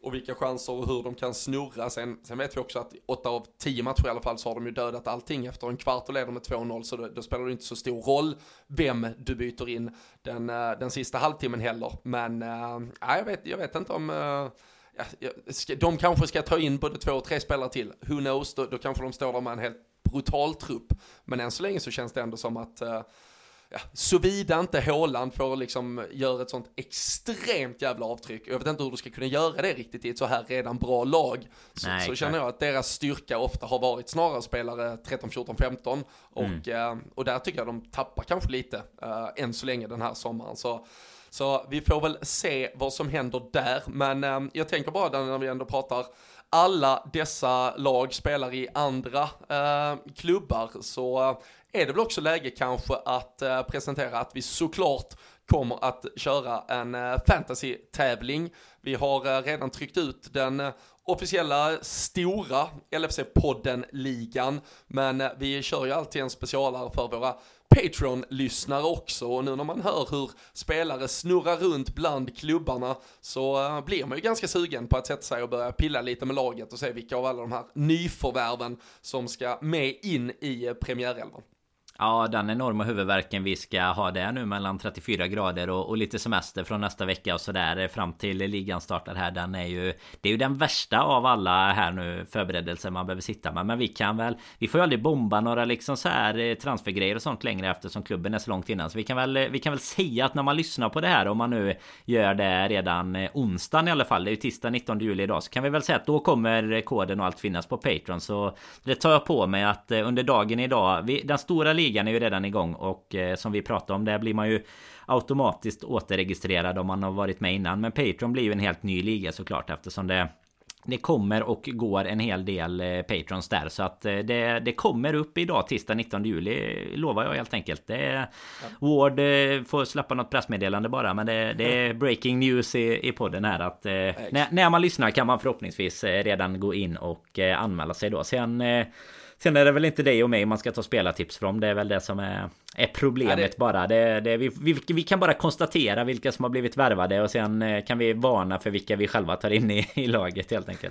och vilka chanser och hur de kan snurra. Sen, sen vet vi också att åtta av tio matcher i alla fall så har de ju dödat allting efter en kvart och leder med två noll, så då, då spelar det inte så stor roll vem du byter in den, den sista halvtimmen heller. Men äh, jag, vet, jag vet inte om... Äh, ja, ska, de kanske ska ta in både två och tre spelare till. Who knows, då, då kanske de står där med en helt brutal trupp. Men än så länge så känns det ändå som att... Äh, Ja, såvida inte Haaland får liksom göra ett sånt extremt jävla avtryck. Jag vet inte hur du ska kunna göra det riktigt i ett så här redan bra lag. Så, Nej, så känner jag att deras styrka ofta har varit snarare spelare tretton, fjorton, femton. Och, mm. eh, och där tycker jag de tappar kanske lite eh, än så länge den här sommaren. Så, så vi får väl se vad som händer där. Men eh, jag tänker bara när vi ändå pratar alla dessa lag spelar i andra eh, klubbar, så eh, är det väl också läge kanske att eh, presentera att vi såklart kommer att köra en eh, fantasy-tävling. Vi har eh, redan tryckt ut den eh, officiella stora L F C-podden-ligan, men eh, vi kör ju alltid en specialare för våra Patreon-lyssnare också, och nu när man hör hur spelare snurrar runt bland klubbarna så uh, blir man ju ganska sugen på att sätta sig och börja pilla lite med laget och se vilka av alla de här nyförvärven som ska med in i uh, premiärelvan. Ja, den enorma huvudvärken vi ska ha där nu mellan trettiofyra grader och, och lite semester från nästa vecka och så där fram till ligan startar här, den är ju, det är ju den värsta av alla här nu förberedelser man behöver sitta med. Men vi kan väl, vi får ju aldrig bomba några liksom så här transfergrejer och sånt längre eftersom klubben är så långt innan. Så vi kan väl, vi kan väl säga att när man lyssnar på det här, om man nu gör det redan onsdagen i alla fall, det är ju tisdag nittonde juli idag, så kan vi väl säga att då kommer koden och allt finnas på Patreon. Så det tar jag på mig att under dagen idag, vi, den stora ligan är ju redan igång och eh, som vi pratade om, där blir man ju automatiskt återregistrerad om man har varit med innan. Men Patreon blir ju en helt ny liga såklart, eftersom det Det kommer och går en hel del eh, Patrons där. Så att eh, det, det kommer upp idag tisdag nittonde juli, lovar jag helt enkelt. Det är, ja. Ward eh, får släppa något pressmeddelande bara, men det, det är breaking news i, i podden här att eh, när, när man lyssnar kan man förhoppningsvis eh, redan gå in och eh, anmäla sig då. Sen eh, Sen är det väl inte dig och mig man ska ta spelartips från. Det är väl det som är, är problemet. Ja, det... bara. Det, det, vi, vi, vi kan bara konstatera vilka som har blivit värvade och sen kan vi varna för vilka vi själva tar in i, i laget helt enkelt.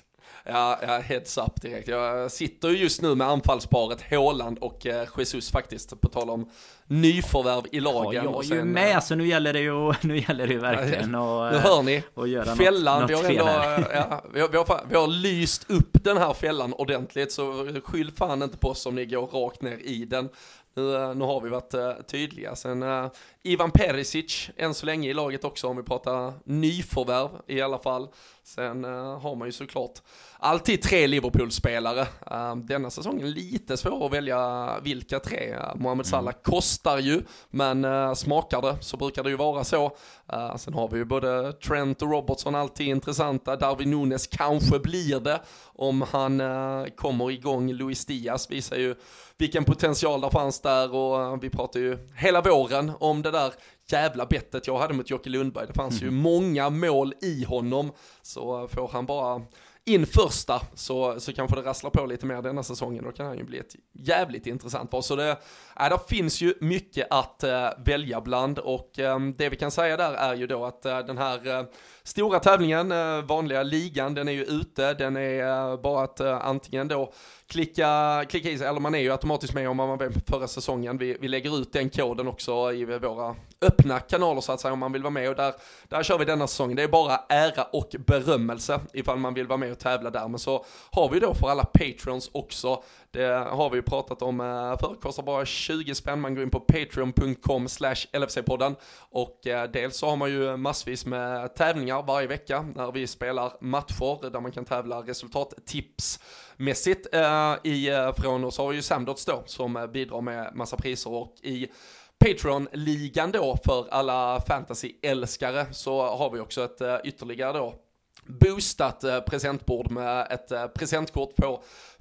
Ja, ja, heads up direkt. Jag sitter ju just nu med anfallsparet Haaland och eh, Jesus faktiskt, på tal om nyförvärv i lagen. Ja, jag och är ju med, så nu gäller det ju, nu gäller det ju verkligen att, nu hör ni, och göra fällan, något, något vi, har ändå, ja, vi, har, vi, har, vi har lyst upp den här fällan ordentligt, så skyll fan inte på oss om ni går rakt ner i den. Nu, nu har vi varit uh, tydliga. Sen uh, Ivan Perisic än så länge i laget också, om vi pratar nyförvärv i alla fall. Sen uh, har man ju såklart alltid tre Liverpool-spelare. Uh, denna säsongen lite svår att välja vilka tre. Uh, Mohamed Salah mm. kostar ju, men uh, smakar det så brukar det ju vara så. Uh, sen har vi ju både Trent och Robertson, alltid intressanta. Darwin Núñez kanske blir det om han uh, kommer igång. Luis Diaz visar ju vilken potential där fanns där, och uh, vi pratar ju hela våren om det där jävla bettet jag hade mot Jocke Lundberg. Det fanns mm. ju många mål i honom, så uh, får han bara in första så, så kanske det rasslar på lite mer denna säsongen. Då kan han ju bli ett jävligt intressant par. Så det, äh, det finns ju mycket att äh, välja bland, och äh, det vi kan säga där är ju då att äh, den här äh, stora tävlingen, äh, vanliga ligan, den är ju ute. Den är äh, bara att äh, antingen då klicka, klicka i sig, eller man är ju automatiskt med om man var med förra säsongen. Vi, vi lägger ut den koden också i våra öppna kanaler så att säga, om man vill vara med, och där, där kör vi denna säsongen. Det är bara ära och berömmelse ifall man vill vara med och tävla där. Men så har vi då för alla patrons också, det har vi ju pratat om för, kostar bara tjugo spänn. Man går in på patreon punkt com slash L F C-podden, och eh, dels så har man ju massvis med tävlingar varje vecka när vi spelar matcher där man kan tävla resultattips mässigt eh, i, från oss har vi ju Samdots då som bidrar med massa priser, och i Patreon-ligan då för alla fantasy-älskare så har vi också ett uh, ytterligare då boostat uh, presentbord med ett uh, presentkort på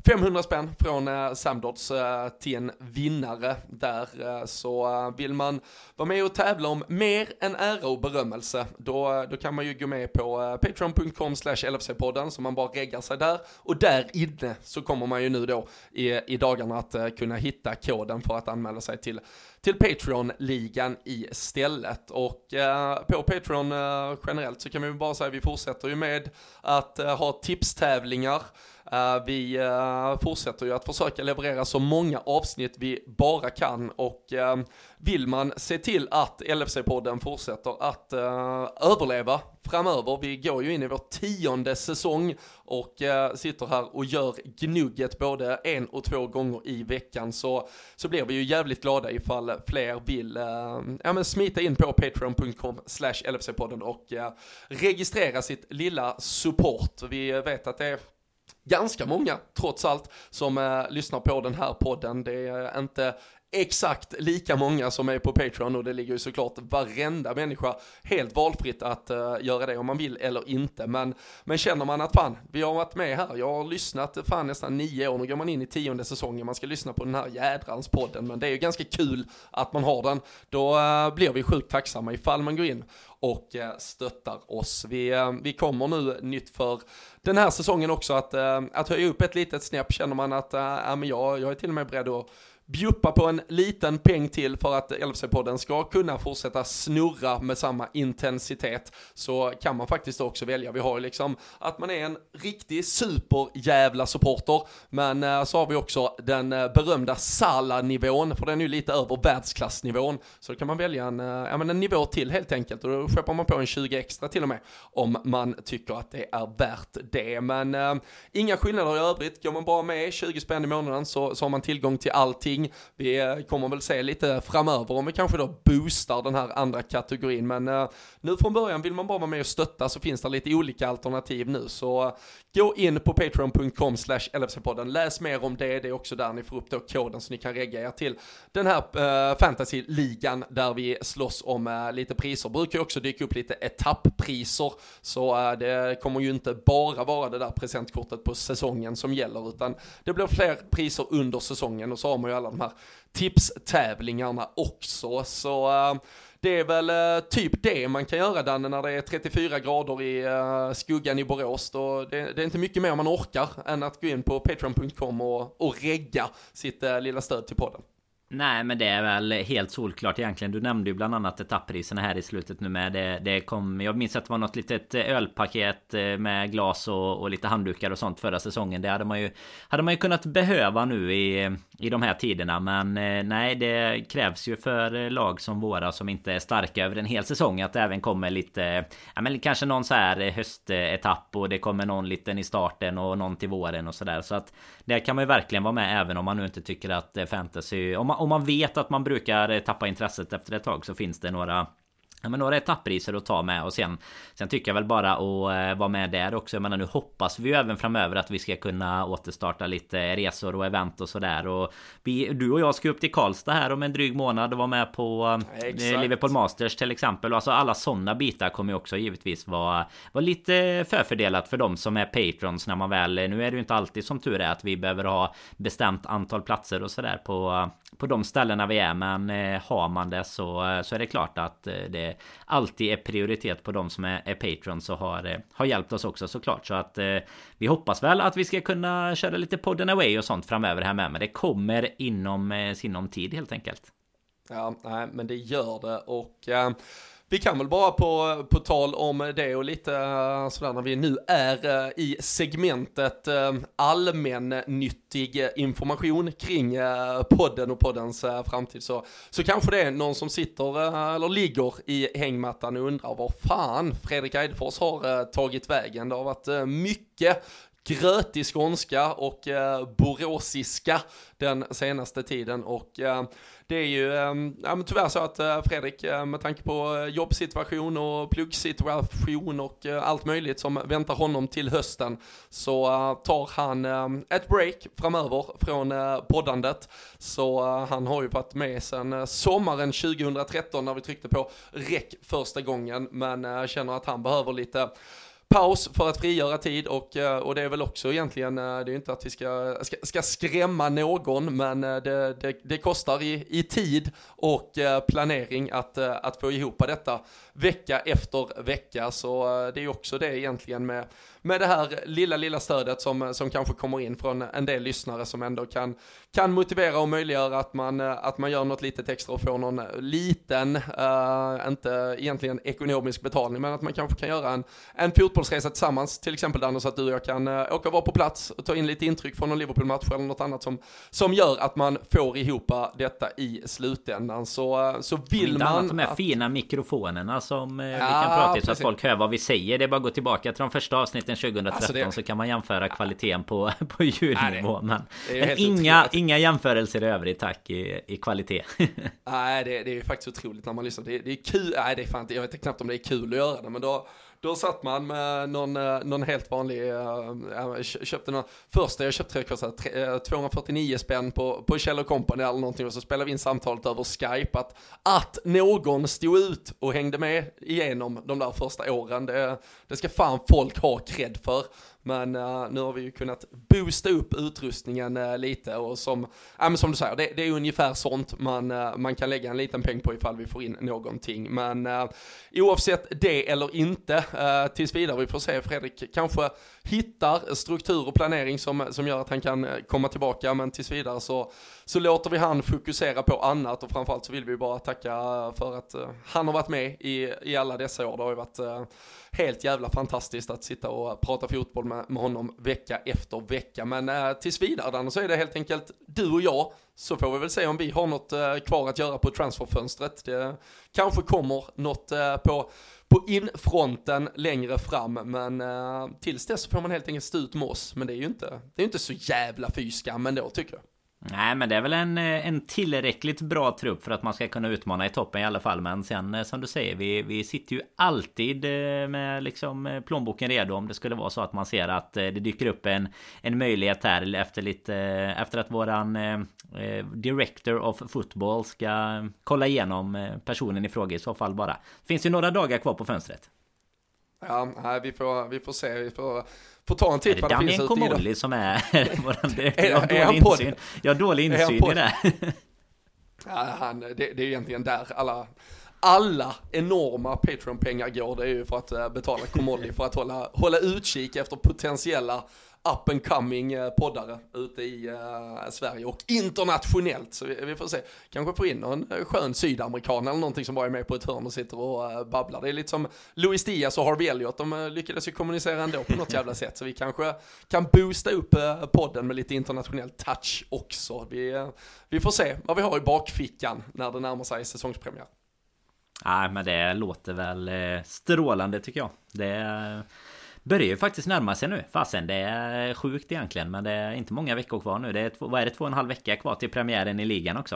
femhundra spänn från uh, Samdots uh, till en vinnare där. Uh, så uh, vill man vara med och tävla om mer än ära och berömmelse, då, då kan man ju gå med på uh, patreon punkt com slash L F C-podden, så man bara reggar sig där. Och där inne så kommer man ju nu då i, i dagarna att uh, kunna hitta koden för att anmäla sig till till Patreon-ligan istället. Och eh, på Patreon eh, generellt så kan vi bara säga att vi fortsätter ju med att eh, ha tipstävlingar. Uh, vi uh, fortsätter ju att försöka leverera så många avsnitt vi bara kan, och uh, vill man se till att L F C-podden fortsätter att uh, överleva framöver, vi går ju in i vår tionde säsong och uh, sitter här och gör gnugget både en och två gånger i veckan, så, så blir vi ju jävligt glada ifall fler vill uh, ja, men smita in på patreon punkt com slash L F C-podden och uh, registrera sitt lilla support. Vi vet att det är ganska många, trots allt, som eh, lyssnar på den här podden. Det är inte exakt lika många som är på Patreon, och det ligger ju såklart varenda människa helt valfritt att uh, göra det om man vill eller inte. Men, men känner man att fan, vi har varit med här, jag har lyssnat fan nästan nio år, nu går man in i tionde säsongen, man ska lyssna på den här jädrans podden, men det är ju ganska kul att man har den. Då uh, blir vi sjukt tacksamma ifall man går in och uh, stöttar oss. Vi, uh, vi kommer nu nytt för den här säsongen också att, uh, att höja upp ett litet snäpp. Känner man att uh, ja, men jag, jag är till och med beredd att bjuppa på en liten peng till för att L F C-podden ska kunna fortsätta snurra med samma intensitet, så kan man faktiskt också välja. Vi har ju liksom att man är en riktig superjävla supporter, men äh, så har vi också den äh, berömda Sala-nivån, för den är ju lite över världsklassnivån, så då kan man välja en, äh, ja, men en nivå till helt enkelt, och då köper man på en tjugo extra till och med om man tycker att det är värt det. Men äh, inga skillnader i övrigt, går man bara med tjugo spänn i månaden så, så har man tillgång till allting. Vi kommer väl se lite framöver om vi kanske då boostar den här andra kategorin, men uh, nu från början vill man bara vara med och stötta, så finns det lite olika alternativ nu, så uh, gå in på patreon punkt com slash L F C-podden, läs mer om det, det är också där ni får upp då koden så ni kan regga er till den här uh, fantasy-ligan där vi slåss om uh, lite priser. Brukar ju också dyka upp lite etapppriser, så uh, det kommer ju inte bara vara det där presentkortet på säsongen som gäller, utan det blir fler priser under säsongen, och så har man ju alla de här tipstävlingarna också. Så uh, det är väl uh, typ det man kan göra, Danne, när det är trettiofyra grader i uh, skuggan i Borås. Då det, det är inte mycket mer man orkar än att gå in på patreon punkt com och, och regga sitt uh, lilla stöd till podden. Nej, men det är väl helt solklart egentligen. Du nämnde ju bland annat etapppriserna här i slutet nu med. Det, det kom, jag minns att det var något litet ölpaket med glas och, och lite handdukar och sånt förra säsongen. Det hade man ju, hade man ju kunnat behöva nu i, i de här tiderna. Men nej, det krävs ju för lag som våra som inte är starka över en hel säsong att det även kommer lite, ja, men kanske någon så här höstetapp, och det kommer någon liten i starten och någon till våren och sådär. Så att där kan man ju verkligen vara med, även om man nu inte tycker att fantasy, om man om man vet att man brukar tappa intresset efter ett tag, så finns det några Ja, men några etappriser att ta med, och sen, sen tycker jag väl bara att uh, vara med där också. Jag menar, nu hoppas vi ju även framöver att vi ska kunna återstarta lite resor och event och sådär, och vi, du och jag ska upp till Karlstad här om en dryg månad och vara med på uh, Liverpool Masters till exempel. Alltså alla sådana bitar kommer ju också givetvis vara, vara lite förfördelat för dem som är patrons när man väl, nu är det ju inte alltid som tur är att vi behöver ha bestämt antal platser och sådär på, på de ställena vi är, men uh, har man det så, så är det klart att uh, det alltid är prioritet på de som är, är patrons, och har, har hjälpt oss också såklart. Så att eh, vi hoppas väl att vi ska kunna köra lite podden away och sånt framöver här med, men det kommer inom eh, sinom tid helt enkelt. Ja, nej, men det gör det, och eh, vi kan väl bara på, på tal om det och lite uh, sådär, när vi nu är uh, i segmentet uh, allmännyttig information kring uh, podden och poddens uh, framtid, så, så kanske det är någon som sitter uh, eller ligger i hängmattan och undrar vad fan Fredrik Eidefors har uh, tagit vägen. Det har varit uh, mycket grötig skånska och uh, boråsiska den senaste tiden, och uh, det är ju um, ja, men tyvärr så att uh, Fredrik uh, med tanke på uh, jobbsituation och pluggsituation och uh, allt möjligt som väntar honom till hösten, så uh, tar han um, ett break framöver från uh, poddandet. Så uh, han har ju varit med sedan uh, sommaren tjugohundratretton när vi tryckte på räck första gången, men uh, känner att han behöver lite paus för att frigöra tid och, och det är väl också egentligen, det är ju inte att vi ska, ska, ska skrämma någon, men det, det, det kostar i, i tid och planering att, att få ihop detta vecka efter vecka, så det är ju också det egentligen med, med det här lilla, lilla stödet som, som kanske kommer in från en del lyssnare som ändå kan, kan motivera och möjliggöra att man, att man gör något litet extra och får någon liten, uh, inte egentligen ekonomisk betalning, men att man kanske kan göra en, en fotbollsresa tillsammans, till exempel Danne, så att du och jag kan uh, åka och vara på plats och ta in lite intryck från någon Liverpool-match eller något annat som, som gör att man får ihop detta i slutändan. Så, så vill man... Annat de här att... fina mikrofonerna som uh, ja, vi kan prata i så att folk hör vad vi säger. Det är bara att gå tillbaka till de första avsnitten tjugohundratretton, alltså det... så kan man jämföra kvaliteten på, på ljudnivå. Nej, det... Men, men inga, inga jämförelser i övrigt, tack, i, i kvalitet. Nej, det, det är ju faktiskt otroligt när man lyssnar. Det, det är kul, nej det är fan, jag vet knappt om det är kul att göra det, men då, då satt man med någon, någon helt vanlig, jag köpte någon, första jag köpte kostade tvåhundrafyrtionio spänn på, på Kjell och Company eller någonting, och så spelade vi in samtalet över Skype, att, att någon stod ut och hängde med igenom de där första åren, det, det ska fan folk ha cred för. Men uh, nu har vi ju kunnat boosta upp utrustningen uh, lite, och som, ja, men som du säger, det, det är ungefär sånt man, uh, man kan lägga en liten peng på ifall vi får in någonting. Men uh, oavsett det eller inte, uh, tills vidare, vi får se, Fredrik kanske hittar struktur och planering som, som gör att han kan komma tillbaka, men tills vidare så, så låter vi han fokusera på annat, och framförallt så vill vi bara tacka för att uh, han har varit med i, i alla dessa år. Det har ju varit uh, helt jävla fantastiskt att sitta och prata fotboll med, med honom vecka efter vecka. Men uh, tills vidare Dan, så är det helt enkelt du och jag, så får vi väl se om vi har något uh, kvar att göra på transferfönstret. Det kanske kommer något uh, på på infronten längre fram, men uh, tills dess så får man helt enkelt stå ut med oss. Men det är ju inte, det är inte så jävla fyskam ändå, tycker jag. Nej, men det är väl en, en tillräckligt bra trupp för att man ska kunna utmana i toppen i alla fall. Men sen, som du säger, vi, vi sitter ju alltid med liksom plånboken redo om det skulle vara så att man ser att det dyker upp en, en möjlighet här efter, lite, efter att våran eh, director of football ska kolla igenom personen i fråga i så fall bara. Det finns ju några dagar kvar på fönstret. Ja, vi får, vi får se, vi får, får ta en titt på det. Är det Daniel Comolli som är våran direktor? Jag har dålig insyn, jag har dålig insyn i det. Ja, han, det, det är egentligen där alla, alla enorma Patreon-pengar går. Det är ju för att betala Comolli för att hålla, hålla utkik efter potentiella up and coming poddare ute i uh, Sverige och internationellt. Så vi, vi får se, kanske få in någon skön sydamerika eller någonting som bara är med på ett hörn och sitter och uh, babblar. Det är lite som Luis Diaz och Harvey Elliott, de uh, lyckades ju kommunicera ändå på något jävla sätt, så vi kanske kan boosta upp uh, podden med lite internationell touch också. Vi, uh, vi får se vad vi har i bakfickan när det närmar sig säsongspremiär. Nej, men det låter väl uh, strålande tycker jag. Det uh... börjar ju faktiskt närma sig nu. Fasen, det är sjukt egentligen, men det är inte många veckor kvar nu. Det är, vad är det, två och en halv vecka kvar till premiären i ligan också.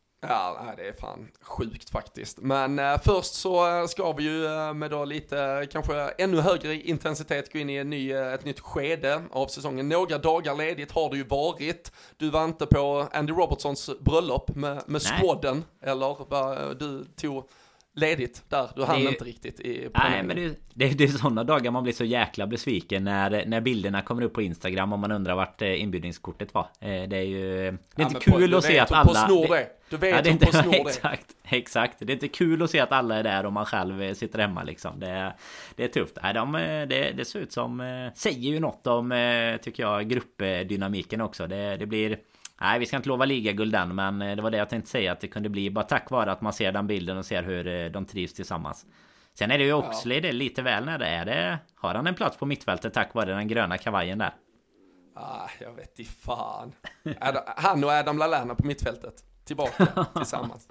Ja, det är fan sjukt faktiskt. Men eh, först så ska vi ju eh, med då lite kanske ännu högre intensitet gå in i en ny, ett nytt skede av säsongen. Några dagar ledigt har det ju varit. Du var inte på Andy Robertsons bröllop med, med squadden, eller vad du tog ledigt där, du hann ju inte riktigt i nej, men det, det, det är sådana dagar man blir så jäkla besviken när, när bilderna kommer upp på Instagram och man undrar vart inbjudningskortet var. Det är ju det är ja, inte kul på, att se att alla snor det. Du vet ja, det är inte, på snor exakt, det. Exakt. Det är inte kul att se att alla är där och man själv sitter hemma liksom. Det, det är tufft. Nej, de, det, det ser ut som säger ju något om, tycker jag, gruppdynamiken också. Det, det blir nej, vi ska inte lova ligaguld än, men det var det jag tänkte säga, att det kunde bli bara tack vare att man ser den bilden och ser hur de trivs tillsammans. Sen är det ju också ja. det lite väl när det är det. Har han en plats på mittfältet tack vare den gröna kavajen där? Ah, jag vet inte fan. Han och Adam Lallana på mittfältet tillbaka tillsammans.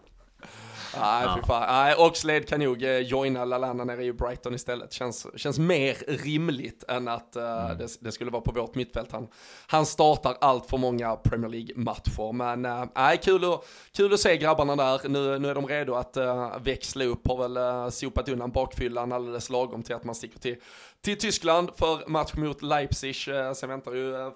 Nej, ja. för fan. Nej, Oxlade kan nog joina Lallana nere i Brighton istället. Känns, känns mer rimligt än att uh, mm. det, det skulle vara på vårt mittfält. Han, han startar allt för många Premier League-matcher. Men uh, nej, kul, att, kul att se grabbarna där. Nu, nu är de redo att uh, växla upp. Har väl uh, sopat undan bakfyllan alldeles lagom till att man sticker till, till Tyskland för match mot Leipzig. Uh, sen väntar ju uh,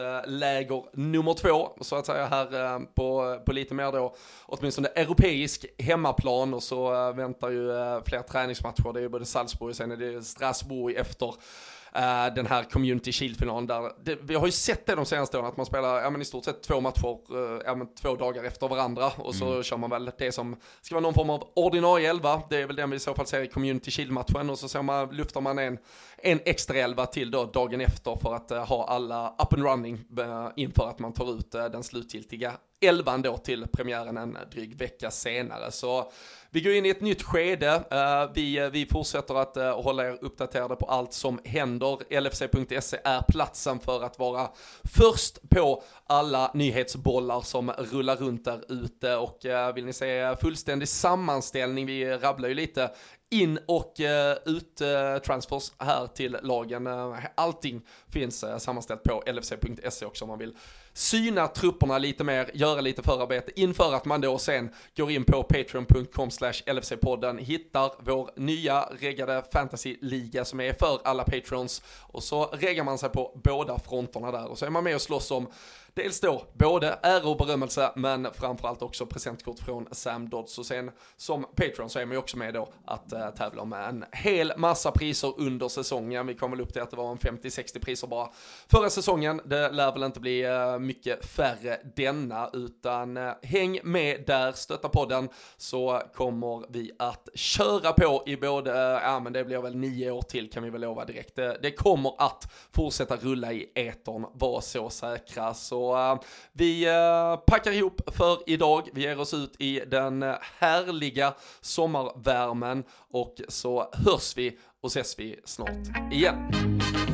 försäsongsläger uh, nummer två, så att säga, här uh, på, på lite mer då, åtminstone europeisk hemmaplan och så uh, väntar ju uh, fler träningsmatcher. Det är ju både Salzburg och sen är det Strasbourg efter Uh, den här Community Shield-finalen där, det, vi har ju sett det de senaste åren att man spelar ja, men i stort sett två matcher uh, ja, men två dagar efter varandra och så mm. kör man väl det som ska vara någon form av ordinarie elva, det är väl den vi i så fall ser i Community Shield-matchen och så ser man, lyfter man en, en extra elva till då dagen efter för att uh, ha alla up and running uh, inför att man tar ut uh, den slutgiltiga elvan då till premiären en dryg vecka senare. Så vi går in i ett nytt skede. Uh, vi, vi fortsätter att uh, hålla er uppdaterade på allt som händer. L F C punkt se är platsen för att vara först på alla nyhetsbollar som rullar runt där ute. Och uh, vill ni se fullständig sammanställning, vi rabblar ju lite in och uh, ut uh, transfers här till lagen. Uh, allting finns uh, sammanställt på L F C punkt se också om man vill syna trupperna lite mer, göra lite förarbete inför att man då sen går in på patreon punkt com slash L F C podden, hittar vår nya reggade fantasy-liga som är för alla patrons och så reggar man sig på båda fronterna där och så är man med och slåss om dels då både ära och berömmelse men framförallt också presentkort från Sam Dodds och sen som Patreon så är man ju också med då att uh, tävla om en hel massa priser under säsongen. Vi kommer upp till att det var en femtio sextio priser bara förra säsongen. Det lär väl inte bli uh, mycket färre denna utan uh, häng med där, stötta podden så kommer vi att köra på i både, uh, ja men det blir väl nio år till kan vi väl lova direkt. Det, det kommer att fortsätta rulla i etern, var så säkra. Så Så uh, vi uh, packar ihop för idag. Vi ger oss ut i den uh, härliga sommarvärmen och så hörs vi och ses vi snart igen.